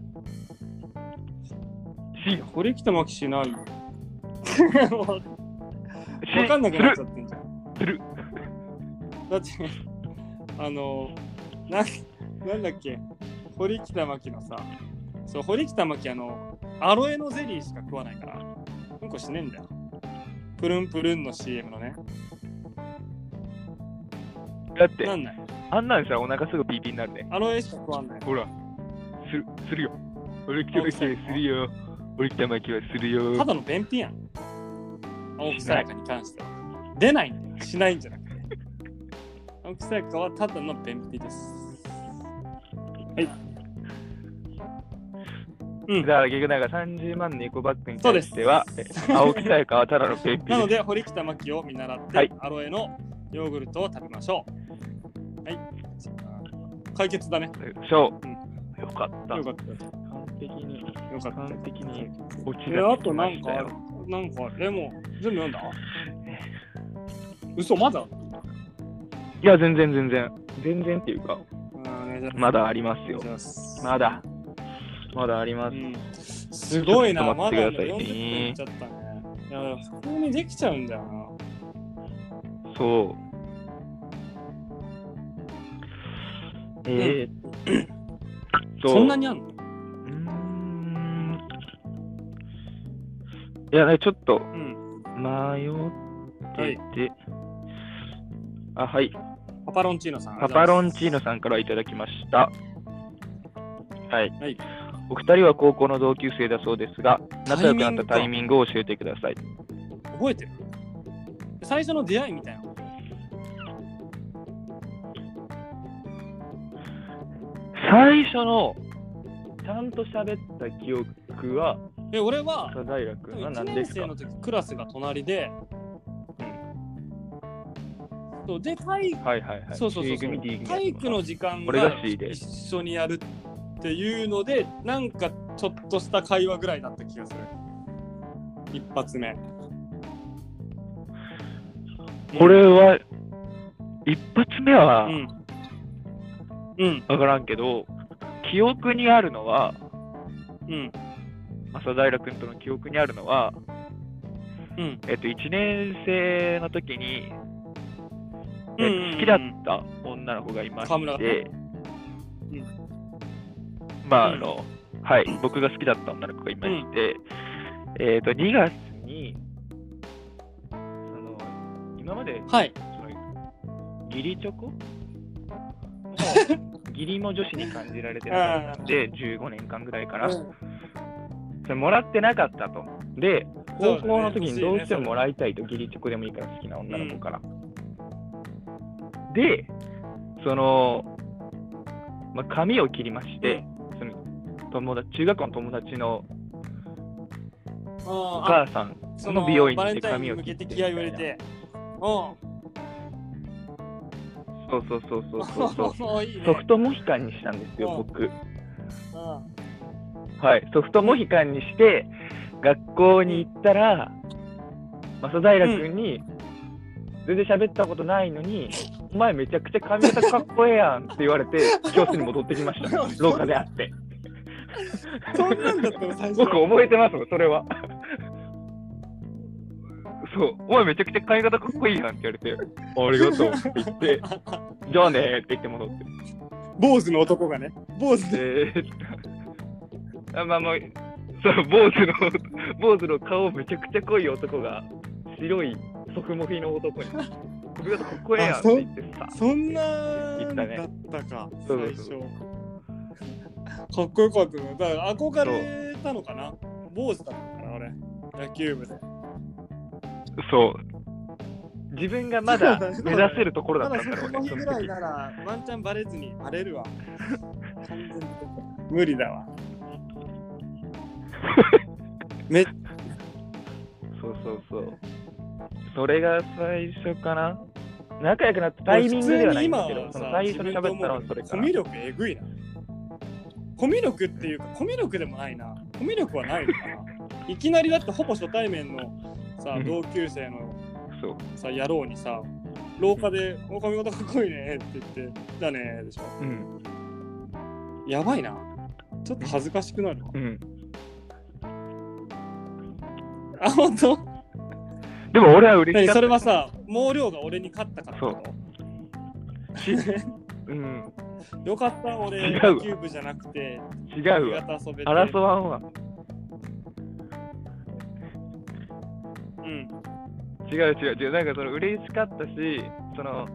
しん。堀北真希しない。わかんなくなっちゃってんじゃん。 する。 だってあのな、なんだっけ堀北真希のさそう堀北真希あのアロエのゼリーしか食わないからうんこしねえんだよ。プルンプルンの シーエム のね。 だってなんないあんなんしたらお腹すぐピーピーになるね。 アロエしか食わんない。 ほらするするよ。俺今日するよ。 堀北真希はするよ。 ただの便秘やん。青木さやかに関しては。出ないんだよ。しないんじゃなくて。青木さやかはただの便秘です。はい。 うん、だから結局なんかさんじゅうまんのエコバッグに対しては青木さやかはただの便秘です。 なので堀北真希を見習って、はい、アロエのヨーグルトを食べましょう。はい。解決だね。 そう。うん、よかった。 よかった。 完璧に。 よかった。 完璧に落ちてあとなんか、なんか、レモン、全部読んだ？嘘、まだ？ いや、全然全然。全然っていうか、まだありますよ。まだ。まだあります。うん、 すごいな、 まだよんじゅっぷんいっちゃったね。いや、普通にできちゃうんだよな。 そう。えー、うん、 そうそんなにあんの？うーん。いや、ね、ちょっと迷ってて、はい、あ、はい。 パパロンチーノさん。 パパロンチーノさんからいただきました。はい。 はい、 お二人は高校の同級生だそうですが、仲良くなったタイミングを教えてください。 覚えてる？最初の出会いみたいな。 最初のちゃんと喋った記憶は、 え、俺は佐平君は何ですか？ いちねん生の時クラスが隣で、うん、そうで体育、 はいはいはい、 そうそうそうそう、体育の時間が一緒にやるっていうので、なんかちょっとした会話ぐらいだった気がする。一発目。 これは、うん、一発目は、 うんうん、 分からんけど、記憶にあるのは、 うん、 朝平君との記憶にあるのは、 うん、 えっと、いちねん生の時に、えっと、好きだった女の子がいまして、うん、まあ、あの、うん、はい、僕が好きだった女の子がいまして、うん、えっと、にがつに、その、今まで、 はい、 義理チョコ義理も女子に感じられてなかったので、じゅうごねんかんぐらいかな。それもらってなかったと。で、高校の時にどうしてももらいたいと、義理チョコでもいいから好きな女の子から。うん、で、その、まあ、髪を切りまして、うん、その友達中学校の友達のお母さんの美容院で髪を切ってみたいな。そうそうそうそうそうそういい、ね、ソフトモヒカンにしたんですよ、僕。うん、はい、ソフトモヒカンにして学校に行ったら、正平君に、うん、全然喋ったことないのに、お前めちゃくちゃ髪型かっこええやんって言われて教室に戻ってきました廊下で会ってそんなんだったの最初。 僕覚えてますもん、それはそう、お前めちゃくちゃ髪型かっこいいやんって言われて、ありがとうって言って、じゃあねーって言って戻って。 坊主の男がね、坊主で。 えー、あまあまあ、そう、坊主の、坊主の顔めちゃくちゃ濃い男が、白いソフモフィの男に、髪型かっこええやんって言ってさ。 そんなーだったか、最初。かっこよかったの。だから憧れたのかな。坊主だったから、俺、野球部で。 そう自分がまだ目指せるところだったんだろうね。 まだそこぐらいならワンチャンバレずにバレるわ。完全に無理だわ。めそうそうそう。それが最初かな。仲良くなったタイミングではないんだけど、その最初に喋ったのはそれかな。 コミュ力えぐいな。コミュ力っていうかコミュ力でもないな。コミュ力はないのかな。いきなりだってほぼ初対面のさ、同級生のさ、野郎にさ、廊下でお髪型かっこいいねって言って、だねでしょ。 うん。 やばいな。ちょっと恥ずかしくなるわ。 うん。 あ、ほんと？ でも俺は嬉しかった。 それはさ、毛量が俺に勝ったから。 そう。うん。 よかった、俺、野球部じゃなくて、 違うわ。争わんわ。 うん。 違う違う違う。なんかその嬉しかったし、その、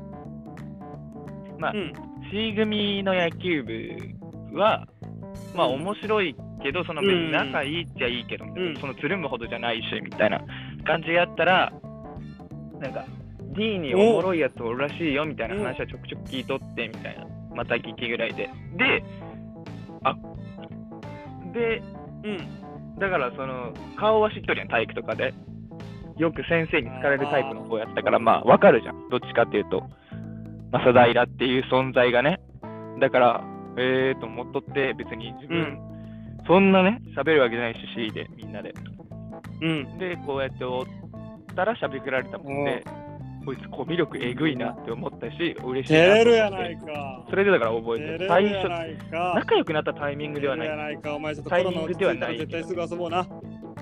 まあ、うん、C 組の野球部は、まあ面白いけど、その別に仲いいっちゃいいけど、 うん、 そのつるむほどじゃないしみたいな感じやったら、なんか D におもろいやつおるらしいよみたいな話はちょくちょく聞いとってみたいな、また聞きぐらいで、で、あで、 うん、 だからその顔は知っとるやん、体育とかで。よく先生に好かれるタイプの方やったから、まあわかるじゃん。どっちかっていうと、正平っていう存在がね。だから、えーと思っとって、別に自分、うん、そんなね、喋るわけじゃないし、C で、みんなで。 うん、 で、こうやっておったら喋られたもんで、こいつコミュ力えぐいなって思ったし、嬉しいな照れるやないか。 それでだから覚えてる。最初、仲良くなったタイミングではない。 照れるやないか。お前ちょっとコロナ落ち着いたら絶対すぐ遊ぼうな。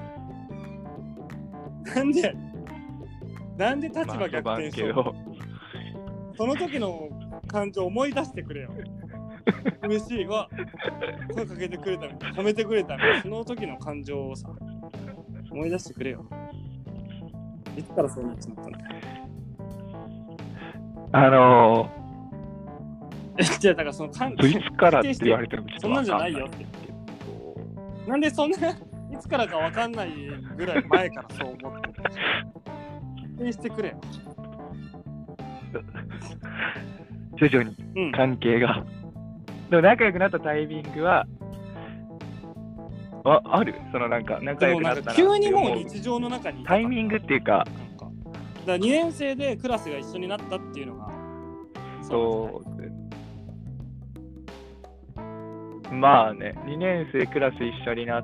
なんでなんで立場逆転しよう。その時の感情思い出してくれよ。嬉しいわ。声かけてくれたみたいな、褒めてくれたみたいな、その時の感情をさ、思い出してくれよ。いつからそうなっちゃったんだよ。 あのー、じゃあだからその感情いつからって言われてもそんなんじゃないよって。なんでそんないつからかわかんないぐらい前からそう思ってた。否定してくれよ。 徐々に関係が、うん、でも仲良くなったタイミングはあ、あるそのなんか仲良くなったなって急にもう日常の中にタイミングっていうか、 なんかだからにねん生でクラスが一緒になったっていうのがそうまあね、にねん生クラス一緒になって、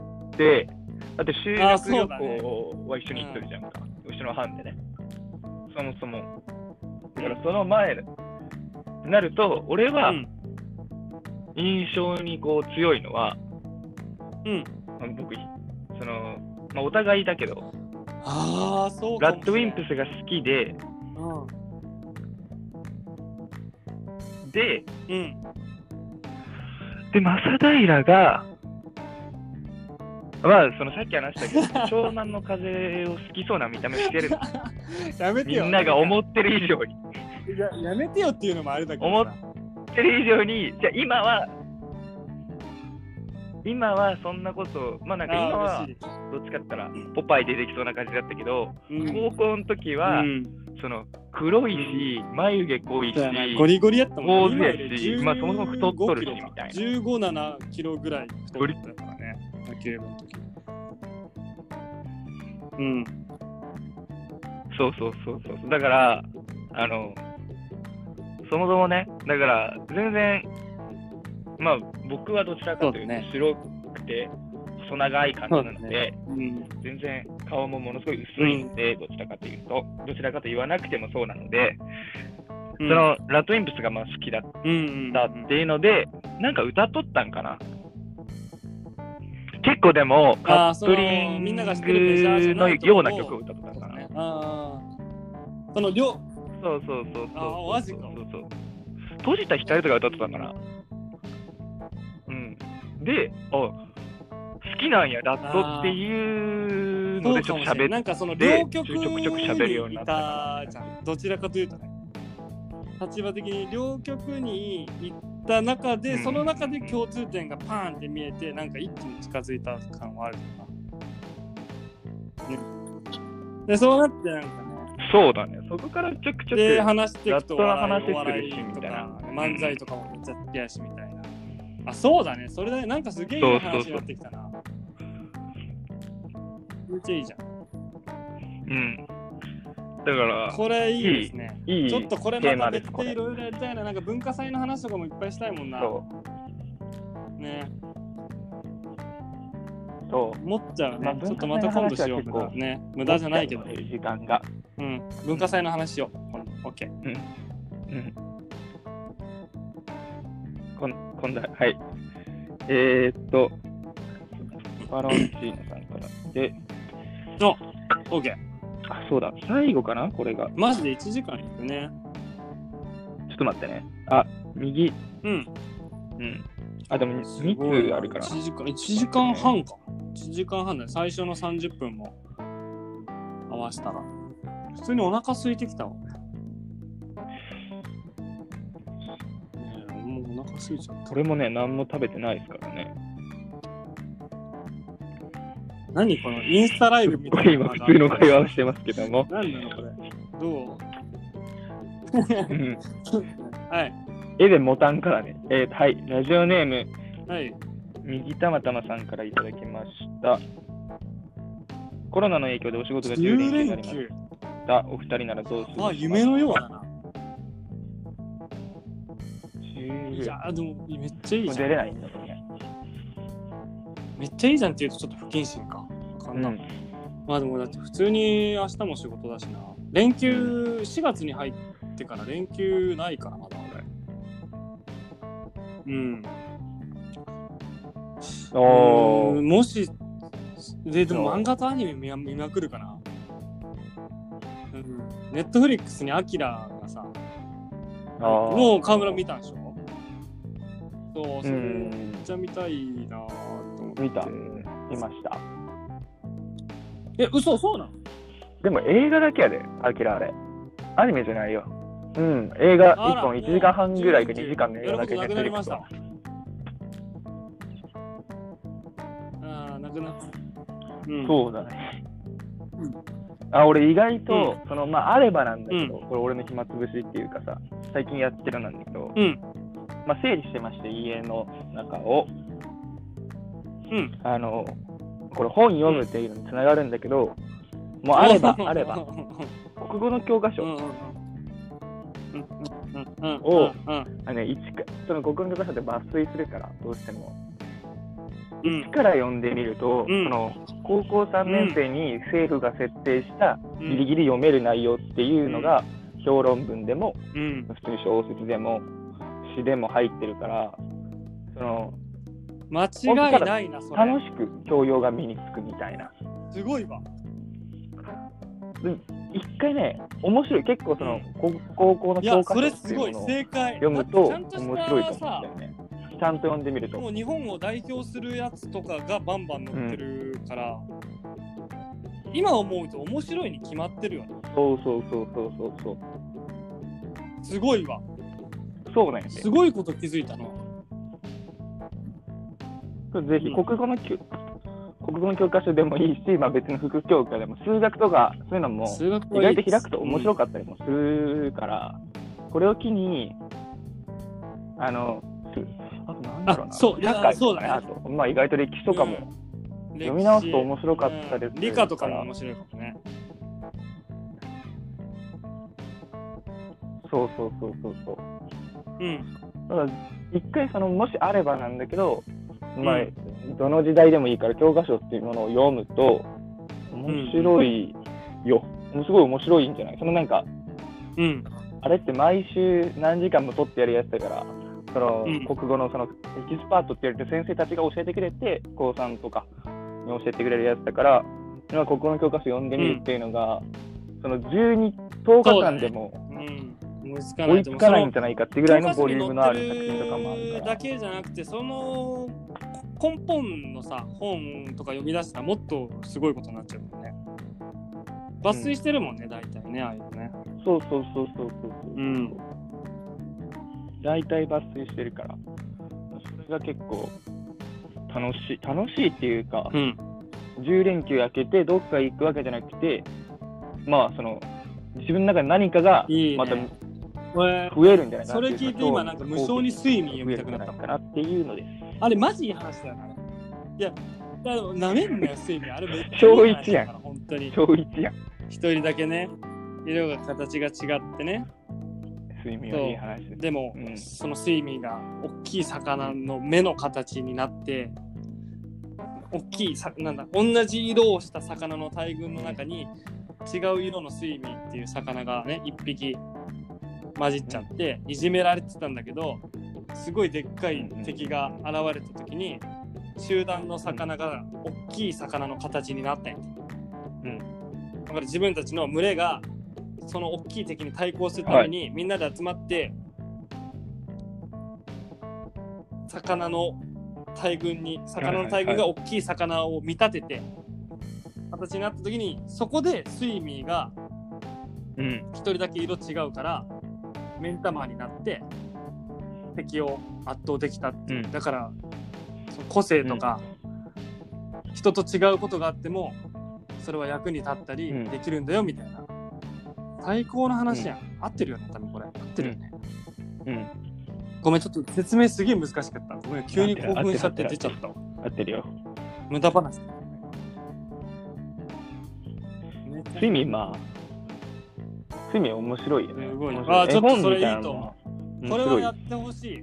だって修学旅行は一緒に行ってるじゃんか、うん、後ろの班でね。そもそもだからその前になると、俺は印象にこう強いのは、うん、僕その、まあ、お互いだけど、 あそうラッドウィンプスが好きで、うん、で、うん、で正平がまあ、そのさっき話したけど、湘南の風を好きそうな見た目してるの。 やめてよ。 みんなが思ってる以上に。 いや、やめてよっていうのもあれだけど。 思ってる以上に、じゃあ今は、今はそんなこと、まあなんか今は、どっちかって言ったら、ポパイ出てきそうな感じだったけど、うん、高校の時は、うん、その黒いし、眉毛濃いし、 ゴリゴリやったもんね。坊主やし、まあそもそも太っとるしみたいな。 じゅうご、ななキロぐらい太ってたからね。野球部の時。うん。 そうそうそうそう。だから、あの、そもそもね、だから全然、まあ僕はどちらかというと白くて細長い感じなので、ねうん、全然顔もものすごい薄いんで、うん、どちらかというと、どちらかと言わなくてもそうなので、うん、そのラッドウィンプスがまあ好きだったっていうので、なんか歌っとったんかな。結構でもカップリングのような曲を歌ってたかな。ね、あその両そうそうそうそうあマジかそうそう閉じた光とか歌ってたかな。うんで、あ好きなんやラットっていうのでちょっと喋ってなんかその両曲ちょくちょく喋るようになったじゃん。どちらかというとね、立場的に両曲に行った中で、うん、その中で共通点がパーンって見えて、なんか一気に近づいた感はあるかな、ね、でそうなってなんかね、 そうだね、そこからちょくちょくで話していくと笑い、 お笑いとか漫才とかもめっちゃ好きやしみたいな、あそうだね、それでなんかすげえいい話になってきたな。めっちゃいいじゃん。 うんだからこれいいですね。 いいちょっとこれまた別でいろいろやりたいな。なんか文化祭の話とかもいっぱいしたいもんな。そうね。 そう思っちゃうね。まあ、ちょっとまた今度しようね。無駄じゃないけど。 時間が。 うん。文化祭の話しよう。オッケー。うん。 うん。こん今度ははい。えー、っとバロンチーノさんからで。 お、オッケー。 あ、そうだ、最後かなこれが。 マジでいちじかんいくね。 ちょっと待ってね。あ、右。 うん。 うん。あ、でもにつあるから。 いちじかん、いちじかんはんか。いちじかんはんだね。最初のさんじゅっぷんも合わせたら。普通にお腹空いてきたわ。ねえ、もうお腹空いちゃった。 これもね、何も食べてないですからね。 何このインスタライブみたいな。 今普通の会話をしてますけども。 何なのこれ。どううん、 はい。 絵でモタンからね。えー、はい。ラジオネーム、 はい。 右たまたまさんからいただきました。コロナの影響でお仕事がじゅう連休になりました。お二人ならどうする？ あ、夢のようだな。いや、でもめっちゃいいじゃん。 出れないんだろうね。 めっちゃいいじゃんって言うとちょっと不謹慎か。かな。うん、まあでもだって普通に明日も仕事だしな。連休、しがつに入ってから連休ないからまだ俺。うん。おー。もし、で、でも漫画とアニメ 見, 見まくるかな。うん。ネットフリックスにアキラがさ、もう河村見たんでしょ？そう、それめっちゃ見たいなぁと思って。 見た。見ました。 え、嘘、そうなの？ でも映画だけやで、アキラあれ。アニメじゃないよ。うん、映画いっぽんいちじかんはんぐらいかにじかんの映画だけネットフリックスは。 ああ、なくなった。うん、 そうだね。うん、あ、俺意外と、うん、そのまああればなんだけど、うん、これ俺の暇つぶしっていうかさ、最近やってるなんだけど、うん、まあ整理してまして、家の中を、うん、あのこれ本読むっていうのにつながるんだけど、もうあればあれば国語の教科書をあのいちかその国語の教科書で抜粋するからどうしても。いちから読んでみると、うん、その高校さんねん生に政府が設定したギリギリ読める内容っていうのが、うん、評論文でも、うん、普通に小説でも詩でも入ってるから、その間違いないな。それ楽しく教養が身につくみたいな。 すごいわ。 一回ね、面白い。結構その、うん、高校の教科書っていうのを読むと面白いと思うんだよね。ちゃんと読んでみると。 もう日本を代表するやつとかがバンバン載ってるから、うん、今思うと面白いに決まってるよね。 そうそうそうそうそうそう。 すごいわ。 そうなんやね。 すごいこと気づいたの。 ぜひ、うん、国語のきゅ国語の教科書でもいいし、まあ、別の副教科でも数学とかそういうのも意外と開くと面白かったりもするから、うん、これを機にあのあとなんだろうな、 そう、 社会とかね、あと、まあ、意外と歴史とかも読み直すと面白かったです、 うん、理科とかも面白いかもね。 そうそうそうそうそう。うん。だから一回そのもしあればなんだけど、まあ、うん、どの時代でもいいから教科書っていうものを読むと面白いよ。うん、すごい面白いんじゃない？そのなんか、うん、あれって毎週何時間も取ってやるやつだから。そのうん、国語のそのエキスパートって言われる先生たちが教えてくれて、高さんとかに教えてくれるやつだから、今国語の教科書読んでみるっていうのが、うん、そのじゅうに、とおかかんでも追いつかないんじゃないかってぐらいのボリュームのある作品とかもあるから。 だけじゃなくて、その根本のさ、本とか読み出したらもっとすごいことになっちゃうもんね。抜粋してるもんね、うん、大体ね、ああいうのね。 そうそうそうそうそうそう。うん大体抜粋してるから、それが結構楽しい、楽しいっていうか、うん、じゅう連休明けてどっか行くわけじゃなくて、まあその自分の中で何かがまた増えるんじゃないかな。 それ聞いて今なんか無性に睡眠読みたくなったかなっていうのです。 あれマジいい話だよな。いや、なめんなよ睡眠。あれめっちゃ小一やん。 本当に。 小一やん。 一人だけね、色が形が違ってね。 睡眠はいい話です。 でも、うん、その睡眠が大きい魚の目の形になって大きいさなんだ同じ色をした魚の大群の中に違う色の睡眠っていう魚がね一匹混じっちゃっていじめられてたんだけど、すごいでっかい敵が現れた時に集団の魚が大きい魚の形になったんや、うん、だから自分たちの群れがその大きい敵に対抗するために、はい、みんなで集まって魚の大群に魚の大群が大きい魚を見立てて形になった時に、そこでスイミーが一人だけ色違うから目ん玉になって敵を圧倒できたっていう、うん、だから個性とか、 人と違うことがあってもそれは役に立ったりできるんだよみたいな、うん、最高の話やん、うん、合ってるよね多分これ合ってるよね、うん、うん、ごめんちょっと説明すげえ難しかった、ごめん急に興奮しちゃって出ちゃったわ。 合ってるよ、 無駄話。 睡眠まあ睡眠面白いよね。 すごい。ああちょっとそれいいと思う。これはやってほしい。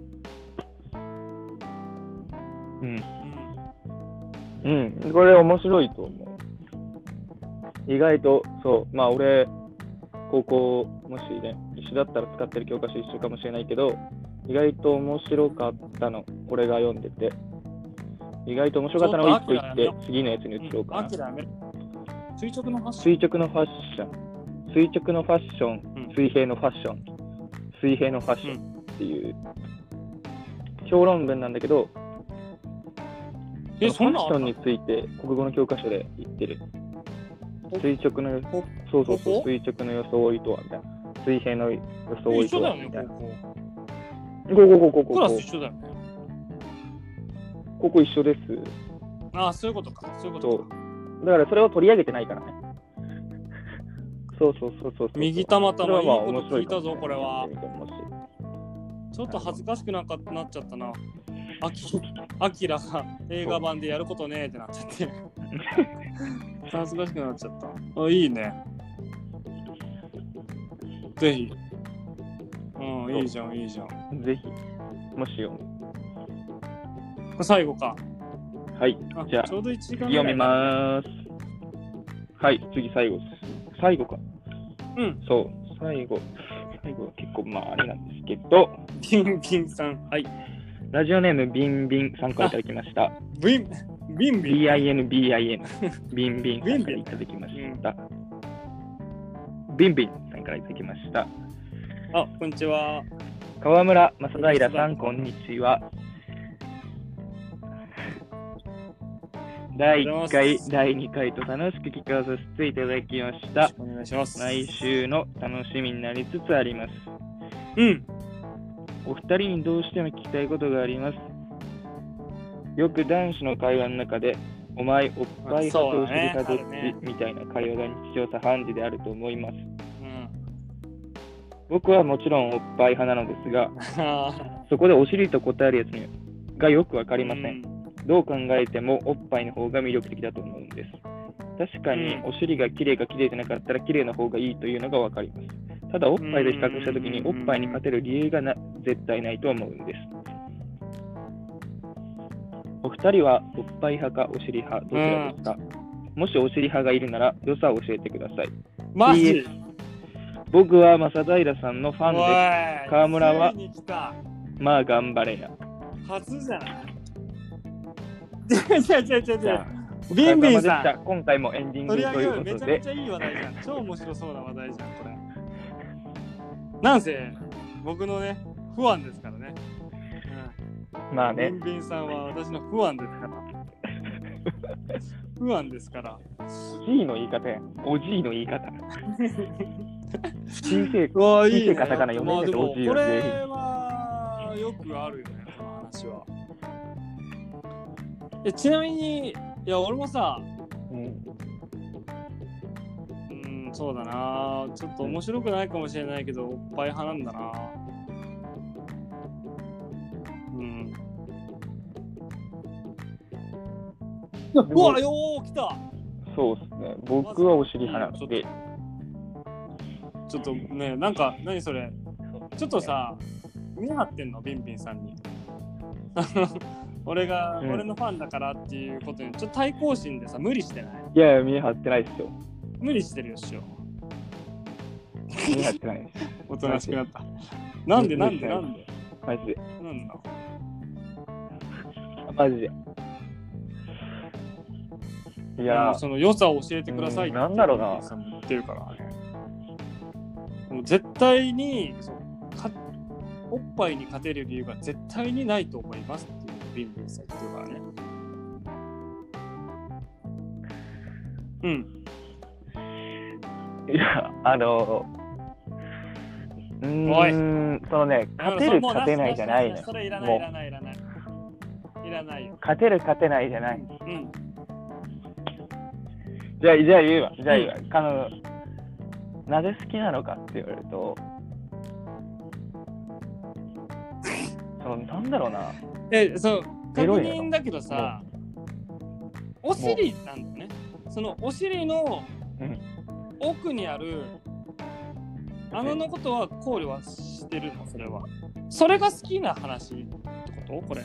うん。うん、うん、これ面白いと思う。意外とそうまあ俺高校もしね一緒だったら使ってる教科書一緒かもしれないけど意外と面白かったの俺が読んでて意外と面白かったのをいっこ言って次のやつに移ろうかな。 垂直のファッション垂直のファッション垂直のファッション、うん、水平のファッション水平のファッションっていう小論文なんだけど、 えファッションについて国語の教科書で言ってる。垂直のそうそうそう垂直の装いとはみたいな水平の装いとはみたいな。ここここここクラス一緒だよね。 ここ一緒です。 ああそういうことかそういうことか。 だからそれを取り上げてないからね。そうそうそうそうそう。 右たまたまいいこと聞いたぞこれは。ちょっと恥ずかしくなかなっちゃったな。アキアキラが映画版でやることねえってなっちゃって恥ずかしくなっちゃった。あいいね。ぜひ。うんいいじゃんいいじゃん。 ぜひもしよ。 最後か。 はいじゃあちょうどいちじかん読みまーす。はい次最後です。最後か。 うんそう最後最後は結構まああれなんですけどビンビンさんはいラジオネームビンビンさんからいただきました。 ビンビンビンビン ビン ビンビンさんからいただきました。ビンビンさんからいただきました。 あこんにちは。 川村正平さんこんにちは。だいいっかい、だいにかいと楽しく聞かさせていただきました。 お願いします。 毎週の楽しみになりつつあります。 うん。 お二人にどうしても聞きたいことがあります。よく男子の会話の中で、お前おっぱい派とお尻派どっち、ね、みたいな会話が日常茶飯事であると思います。うん、僕はもちろんおっぱい派なのですが、そこでお尻と答えるやつにがよくわかりません。うんどう考えてもおっぱいの方が魅力的だと思うんです。確かにお尻が綺麗か綺麗じゃなかったら綺麗な方がいいというのがわかります。ただおっぱいで比較したときにおっぱいに勝てる理由がな絶対ないと思うんです。お二人はおっぱい派かお尻派どちらですか？もしお尻派がいるなら良さを教えてください。 マジ？ 僕は正平さんのファンです。川村はまあ頑張れや。 初じゃない？違う違う違う違う。ビンビンさん。 今回もエンディングということで。 めちゃめちゃいい話題じゃん。超面白そうな話題じゃん、これ。なんせ、僕のね、ファンですからね。 うん、まあね。 ビンビンさんは私のファンですから。ファンですから。 おじいの言い方や。おじいの言い方。小さい、 小さいカタカナ読めるとおじいよ。これはよくあるよね、この話は。えちなみに、いや、俺もさ、うん、うん、そうだな、ちょっと面白くないかもしれないけど、おっぱい派なんだな。うん。うわ、よー、来た。 そうですね、僕はお尻派なんで。 ちょっとね、なんか、何それ、ちょっとさ、見張ってんの、ビンビンさんに。俺が、うん、俺のファンだからっていうことにちょっと対抗心でさ無理してない？ いやいや見え張ってないっすよ。 無理してるよっしょ。 見え張ってないです。 おとなしくなった。なんでなんでなんで？ マジで。 なんだ？ マジで。いやその良さを教えてくださいってなんだろうな。 言ってるからね。もう絶対にそうかおっぱいに勝てる理由が絶対にないと思いますっていうビンビンさん言ってるからね。うん。 いや、あのうーん、そのね、勝てる勝てないじゃないのよ。 それいらないいらないいらない。いらないよ。 勝てる勝てないじゃない。 うん。 じゃあ、じゃあ言うわ。じゃあ言うわ。あの、なぜ好きなのかって言われると、その、なんだろうな。 え、そう、確エロいの認だけどさ、お尻なんだよね。そのお尻のうん奥にある穴のことは考慮はしてるの、それは。それが好きな話ってことこれ。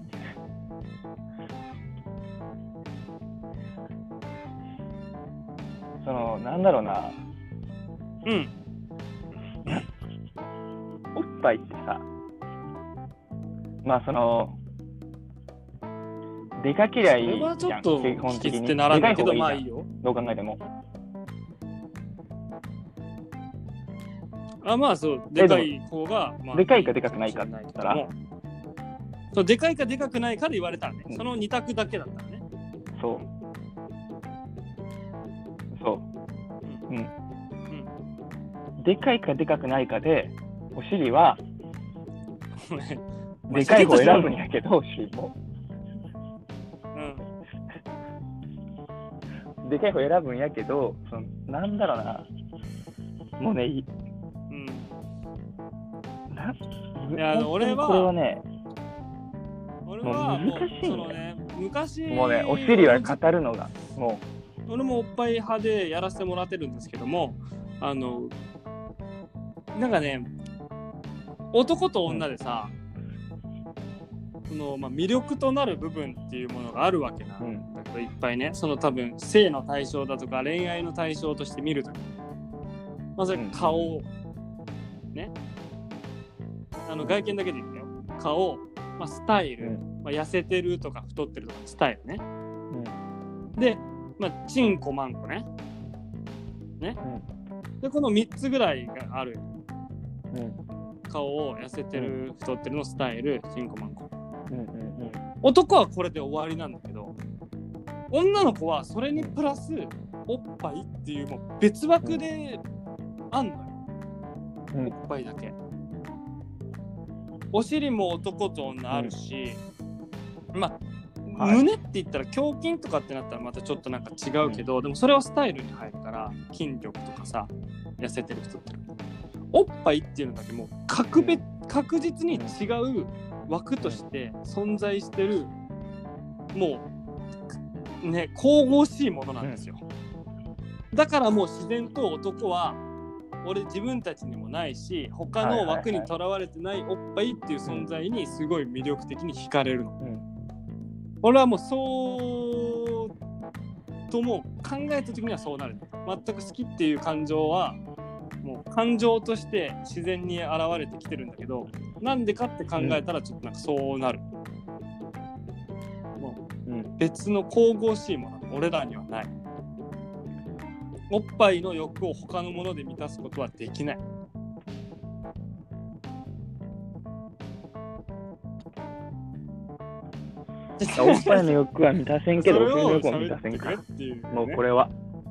その、なんだろうな。 うん。 おっぱいってさ、まあその、でかけりゃいいそれはちじゃん、 ょっと基本的に。 引き捨てならないけど、 でかい方がいいじゃんまあいいよ。 どう考えても。 あ、まあそう、でかい方が、まあ、 でかいかでかくないかって言ったら、 そう、でかいかでかくないかで言われたらね、 うんその二択だけだったらね。 そう。そう。うん。 うん。 でかいかでかくないかで、お尻は、 ごめんでかい方選ぶんやけど、お尻も。 うん。 でかい方選ぶんやけど、そのなんだろうな。もうね、いうん。 な、 いやあの俺はこれはね、 俺はもうもう難しいんだよそのね、昔もうね、お尻は語るのが、も俺もおっぱい派でやらせてもらってるんですけども、あのなんかね、男と女でさ、そのまあ、魅力となる部分っていうものがあるわけなんだけど、いっぱいね、その多分性の対象だとか恋愛の対象として見るとき、まず顔、ね、あの外見だけで言うよ。顔、まあ、スタイル、 うんまあ、痩せてるとか太ってるとかスタイルね。 うんで、まあ、チンコマンコね。ね。 うんで、このみっつぐらいがある。 うん顔を痩せてる、太ってるのスタイル、チンコマンコ。 うんうんうん男はこれで終わりなんだけど、女の子はそれにプラスおっぱいっていうもう別枠であんのよ。 うんおっぱいだけ。お尻も男と女あるし、まあ、 はい胸って言ったら胸筋とかってなったらまたちょっとなんか違うけど、でもそれはスタイルに入るから筋力とかさ、痩せてる人ってる。おっぱいっていうのだけもう格別、確実に違う枠として存在してる、もうね、神々しいものなんですよ。だからもう自然と男は俺自分たちにもないし、他の枠にとらわれてないおっぱいっていう存在にすごい魅力的に惹かれるの。 うん、 俺はもうそうとも考えた時にはそうなる。全く好きっていう感情はもう感情として自然に現れてきてるんだけど、なんでかって考えたらちょっとなんかそうなる。もう別の神々しいもの、俺らにはない。おっぱいの欲を他のもので満たすことはできない。 おっぱいの欲は満たせんけど、お尻の欲は満たせんから。もうこれは。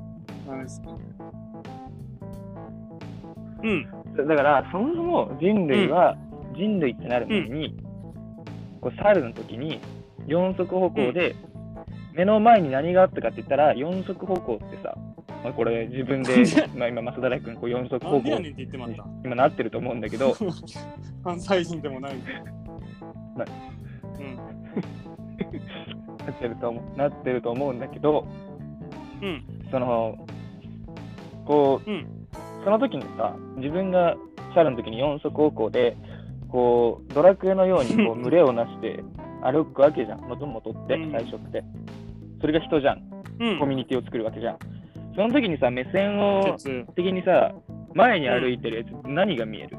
うん。 だから、そもそも人類は、うん、人類ってなる前に、うん、こう猿の時に四足歩行で、うん、目の前に何があったかって言ったら、四足歩行ってさ、まあ、これ自分で、まあ今、増田君、こう四足歩行に今なってると思うんだけど、 関西人でもない。 なうんなってると思う、なってると思うんだけど、 うん、 その、こう、うん、その時にさ、自分が猿の時に四足歩行で、こう、ドラクエのようにこう群れをなして歩くわけじゃん、元々って、最初って。それが人じゃん、うん、コミュニティを作るわけじゃん。その時にさ、目線を的にさ、前に歩いてるやつ、うん、何が見える？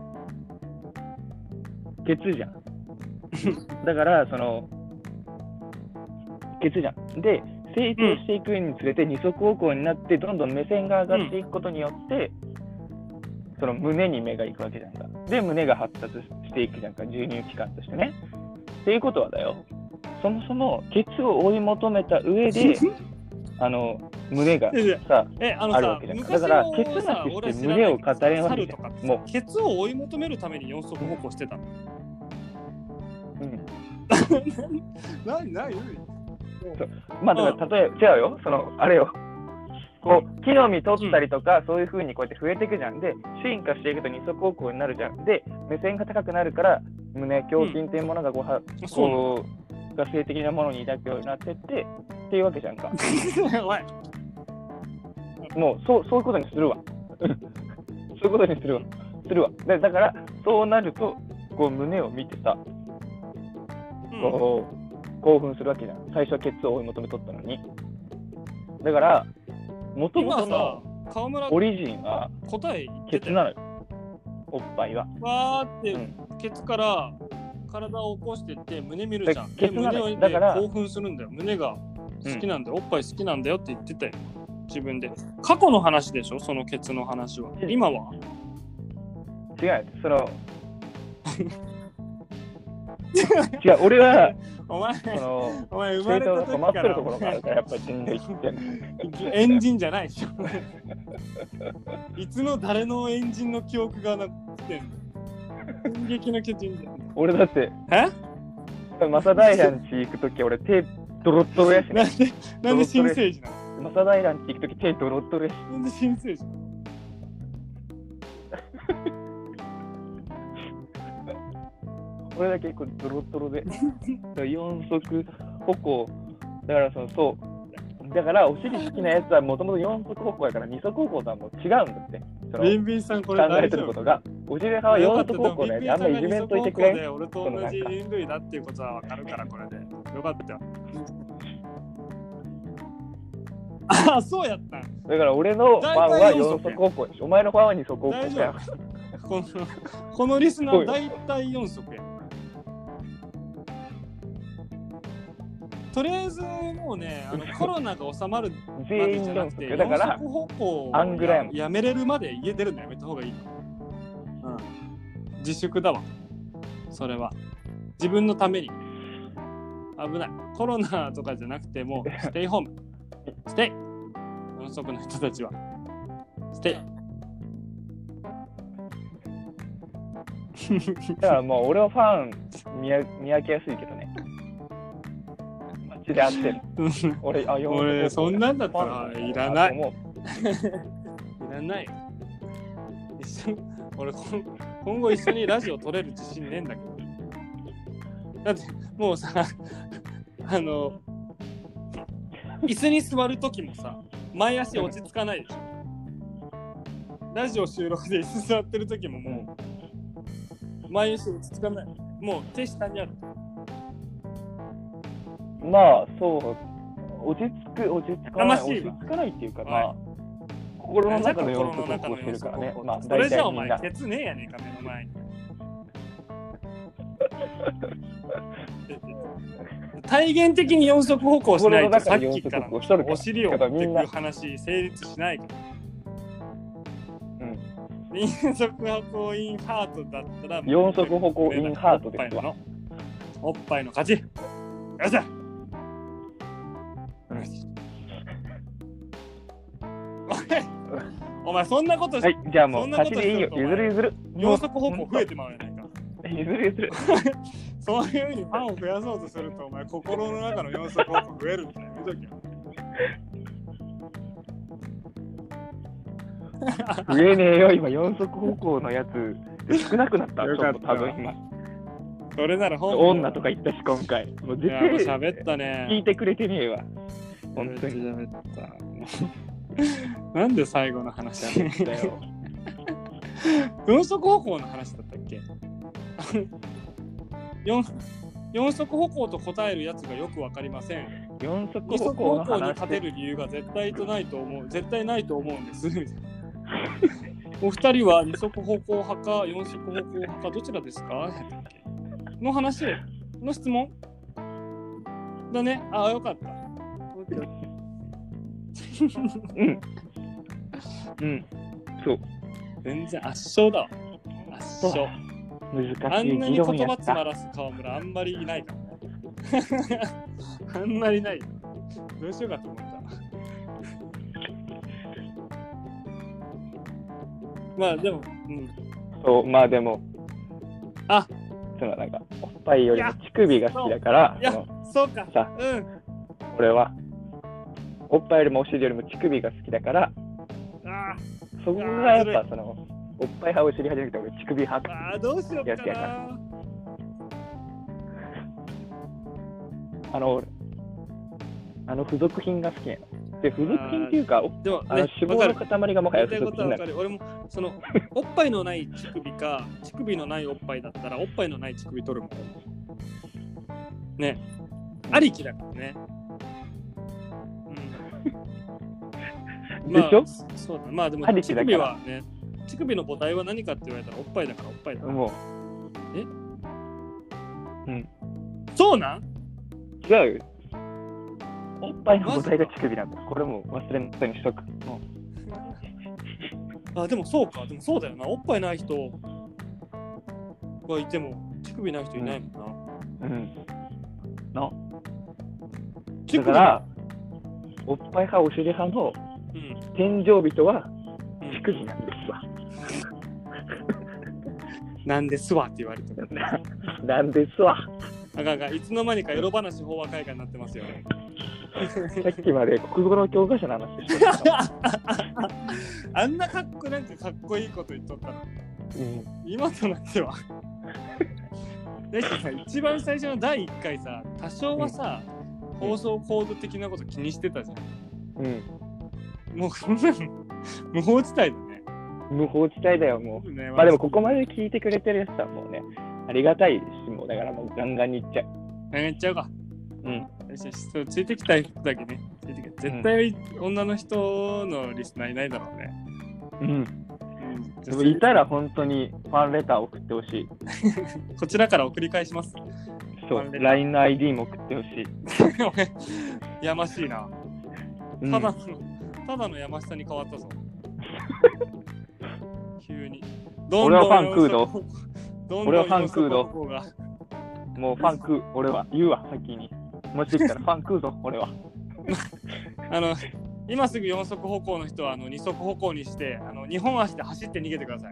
ケツじゃん。だから、その、ケツじゃん。で、成長していくにつれて二足歩行になって、どんどん目線が上がっていくことによって、うん、その胸に目がいくわけじゃんか。で、胸が発達していくじゃんか、授乳器官としてね。っていうことはだよ、そもそもケツを追い求めた上で、あの、胸がさ、 えあのさあるわけじゃんか。だから、ケツなくして胸を語れんわけじゃん。もうケツを追い求めるために四足歩行してたの。 うん。 何何何そうまあだから例えば違うよ、そのあれよ、 こう木の実取ったりとか、うん、そういう風にこうやって増えていくじゃん。で進化していくと二足歩行になるじゃん。で目線が高くなるから胸胸筋っていうものがこう、うん、こうが性的なものに抱くようになってってっていうわけじゃんか。もうそうそういうことにするわ。そういうことにするわ。するわ。でだからそうなるとこう胸を見てさ、こう興奮するわけじゃん。最初はケツを追い求めとったのに。だからもともとのオリジンはケツなのよ。おっぱいは。 わーって、うん、ケツから体を起こしてって胸見るじゃん。で胸を見て興奮するんだよ。胸が好きなんだよ、うん、おっぱい好きなんだよって言ってたよ。自分で。過去の話でしょ、そのケツの話は。今は違う、その違う、俺はお前、 そのお前生まれた時止まってるところからやっぱ人類ってエンジンじゃないでしょ。いつの誰のエンジンの記憶がなくてんの。進撃の巨人じゃん。 俺だってえマサダイランチ行くとき俺手ドロッドロやし、ね、 なんでなんで新生児なの。 マサダイランチ行くとき手ドロッドロやし。 なんで新生児なの。 俺だけこうドロッドロで四足歩行だからそのそうだからお尻好きなやつはもともと四足歩行やから二足歩行とはもう違うんだって。 ビンビンさんこれ考えてることがお尻派は四足歩行のやつあんまりいじめんといてくれ。 俺と同じ人類だっていうことは分かるからこれでよかったよ。ああそうやったん。 だから俺のファンは四足歩行でしょ。お前のファンは二足歩行や。 このこのリスナー大体四足や。とりあえずもうね、あのコロナが収まるまでじゃなくて、 だから四足歩行アングラやめれるまで家出るのやめた方がいい。うん、自粛だわ。それは自分のために危ない。コロナとかじゃなくてもうステイホーム。ステイ。四足の人たちはステイ。 だからもう俺はファン見や見分けやすいけどね。で合ってる。俺、あ、 俺そんなんだったらいらない。いらない。一緒俺今後一緒にラジオ撮れる自信ねえんだけど。だってもうさ、あの椅子に座るときもさ、前足落ち着かないでしょ。ラジオ収録で椅子座ってるときももう前足落ち着かない。もう手下にある。 まあそう落ち着く落ち着かない落ち着かないっていうか、まあ心の中の四足歩行してるからね。まあそれじゃお前ケツねえやねえか目の前に。体現的に四足歩行しないとさっきからのお尻を持ってく話成立しないから。うん。四足歩行インハートだったら四足歩行インハートですわ。 おっぱいの勝ち。よっしゃ。お前そんなことし、 はい、じゃあもう勝ちでいいよ。譲る譲る。 四足歩行増えてまうやないか。 譲る譲る。 そういうふうにファンを増やそうとするとお前心の中の四足歩行増えるんだよ。見とけよ。 増えねえよ今四足歩行のやつ少なくなった。ちょっと多分今。 それなら本女とか言ったし今回。もう絶対喋ったね。 聞いてくれてねえわ。本当に喋った。なんで最後の話だよ。四足歩行の話だったっけ？四四足歩行と答えるやつがよくわかりません。 四足歩行の話に勝てる理由が絶対とないと思う。絶対ないと思うんです。お二人は二足歩行派か四足歩行派かどちらですか？の話の質問だね。ああよかった。 うんうん、そう。 全然圧勝だわ。圧勝。 難しい。 あんなに言葉詰まらす川村あんまりいないからね。あんまりいない。どうしようかと思った。まあでも、うん。 そう、まあでも、 あ、 そのなんかおっぱいよりも乳首が好きだから、 いや、そうか。 さ、 うん。 俺は。 おっぱいよりもお尻よりも乳首が好きだから、 あそこがやっぱそのおっぱい派お尻派じゃなくて俺乳首派ああ、どうしようかやつやかな。 あのあの付属品が好きやので、付属品っていうか、 でも、ね、 あの脂肪の塊がもはや付言いたいことは属品なの。 わかる。俺もそのおっぱいのない乳首か乳首のないおっぱいだったらおっぱいのない乳首取るもんね。ありきだからね。うん、 でしょ、 まあ、そうだ。まあでもありき乳だから首はね、乳首の母体は何かって言われたらおっぱいだからおっぱいだから。 もうえうんそうなん？ 違うよ。おっぱいの母体が乳首なんだ。これも忘れんことにしとく。もあ、でもそうか。でもそうだよな。おっぱいない人がいても乳首ない人いないもんな。 ううんの乳首だからおっぱい派お尻派のうん天井人はうん乳首なんですわ。 なんですわって言われても。 なんですわ。 あかんあかん。いつの間にかエロ話法話会館になってますよ。 さっきまで国語の教科書の話してた。 あんなかっこなんかかっこいいこと言っとったの。 うん今となっては。だってさ、一番最初のだいいっかいさ、多少はさ、 うん放送コード的なこと気にしてたじゃん。 うん。 もうこんなの無法地帯だね。 無法地帯だよ、もう。 ねまあでもここまで聞いてくれてるやつはもうね、ありがたいし、もうだからもうガンガンにいっちゃう。 やっちゃうか。 うん。 よしよし、そうついてきたい人だけね。ついてきた絶対女の人のリスナーいないだろうね。 うん。 うん、 でもいたら本当にファンレター送ってほしい。 こちらから送り返します。 そう、ライン の アイディー も送ってほしい。 やましいな。 うんただの、ただのやましさに変わったぞ。急に。どんどん俺はファン食うぞ。 どんどん俺はファン食うぞ四足歩行がもうファン食う、俺は。言うわ、先に。もし来たらファン食うぞ、俺は。 あの、今すぐ四足歩行の人はあの二足歩行にしてあの二本足で走って逃げてください。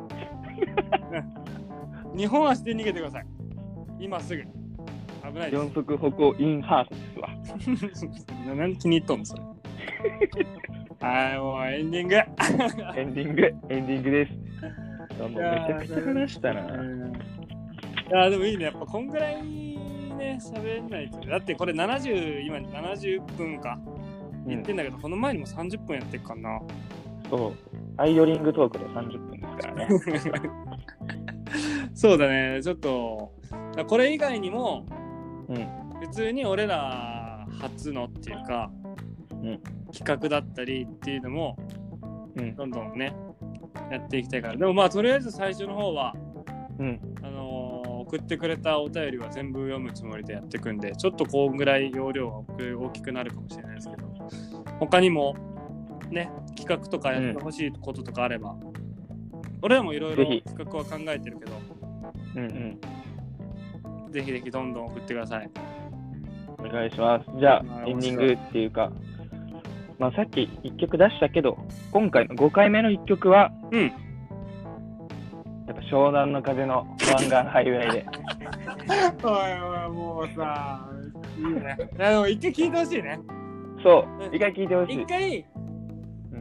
二本足で逃げてください。今すぐ。危ないです。 四足歩行インハーフですわ。 何気に入っとんのそれ。はい、もうエンディング。 エンディング、エンディングです。もうめちゃくちゃ話したな。 いやでもいいね。やっぱこんぐらいね、喋んないと。だってこれななじゅう、今ななじゅっぷんか。言ってんだけど、うん、この前にもさんじゅっぷんやってっかな。 そう。アイドリングトークでさんじゅっぷんですからね。 そうだね。ちょっと、これ以外にも、 うん、 普通に俺ら初のっていうか、 うん、 企画だったりっていうのも、 うん、 どんどんね、やっていきたいから。でもまあ、とりあえず最初の方は、 うん、 あのー、送ってくれたお便りは全部読むつもりでやっていくんで、ちょっとこんぐらい容量が大きくなるかもしれないですけど、他にもね、企画とかやってほしいこととかあれば、うん、俺らもいろいろ企画は考えてるけど、 うんうん、 ぜひぜひどんどん送ってください。 お願いします。じゃあ、エンディングっていうか、まあ、さっきいっきょく出したけど、今回のごかいめのいっきょくは、 うん、 やっぱ湘南の風の湾岸ハイウェイで。 おいおい、もうさ、いいね。あの、一回聞いてほしいね。 そう、一回聞いてほしい。 一回、 うん、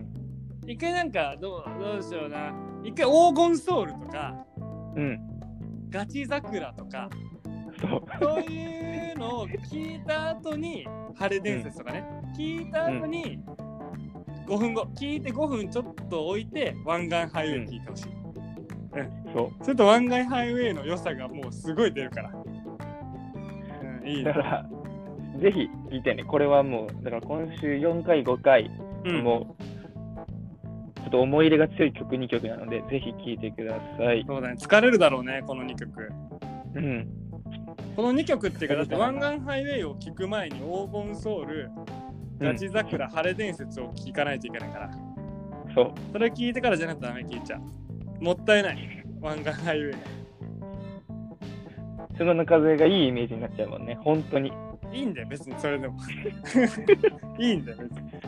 一回なんか、どう、どうしような。一回黄金ソウルとか、 うん、 ガチ桜とか、 そう、 そういうのを聞いた後に、晴れ伝説とかね、うん、聞いた後に、ごふんご、聞いてごふんちょっと置いて、湾岸ハイウェイ聞いてほしい。うんうん、そう。 ちょっと湾岸ハイウェイの良さがもうすごい出るから。うん、いいね。 だから、ぜひ聞いてね。これはもう、だから今週よんかい、ごかい、うん、もう、ちょっと思い入れが強い曲にきょくなので、ぜひ聴いてください。 そうだね。疲れるだろうね、このにきょく。 うん。 このにきょくっていうか、だって湾岸ハイウェイを聴く前に黄金ソウル、ガチ桜、うん、晴れ伝説を聴かないといけないから。 そう。 それ聞いてからじゃなくてダメ、聞いちゃう。もったいない。湾岸ハイウェイ。 湘南の風がいいイメージになっちゃうもんね、本当に。 いいんだよ、別にそれでも。いいんだよ、別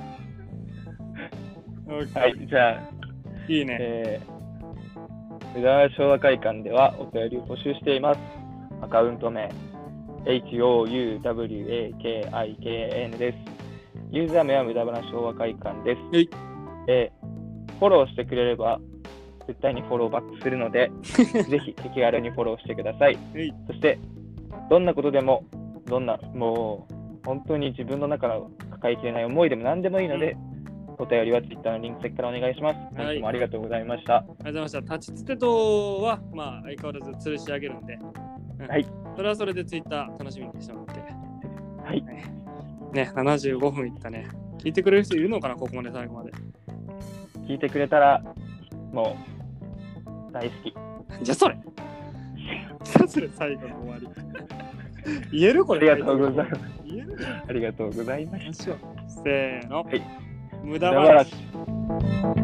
に。 はい、じゃあ、 いいね。 えー、宇田川昭和会館ではお便りを募集しています。アカウント名、エイチオーユーダブリューエーケーアイケーエヌ です。 ユーザー名は無駄話昭和会館です。 はい。 えーフォローしてくれれば、絶対にフォローバックするので、ぜひ気軽にフォローしてください。 はい。 そして、どんなことでも、どんな、もう、本当に自分の中の抱えきれない思いでも何でもいいので、お便りは Twitter のリンク先からお願いします。本日もありがとうございました。 ありがとうございました。立ちつてとは、まあ、相変わらず吊るし上げるんで、うんはい。 それはそれで Twitter 楽しみにしてもらって。 はい。 ね、ななじゅうごふんいったね。聞いてくれる人いるのかな、ここまで最後まで。 聞いてくれたら、もう、大好き。 じゃあそれじゃあそれ最後の終わり。言えるこれ。 ありがとうございます。 言えるありがとうございました。 せーの。 はい。 無駄話。 無駄話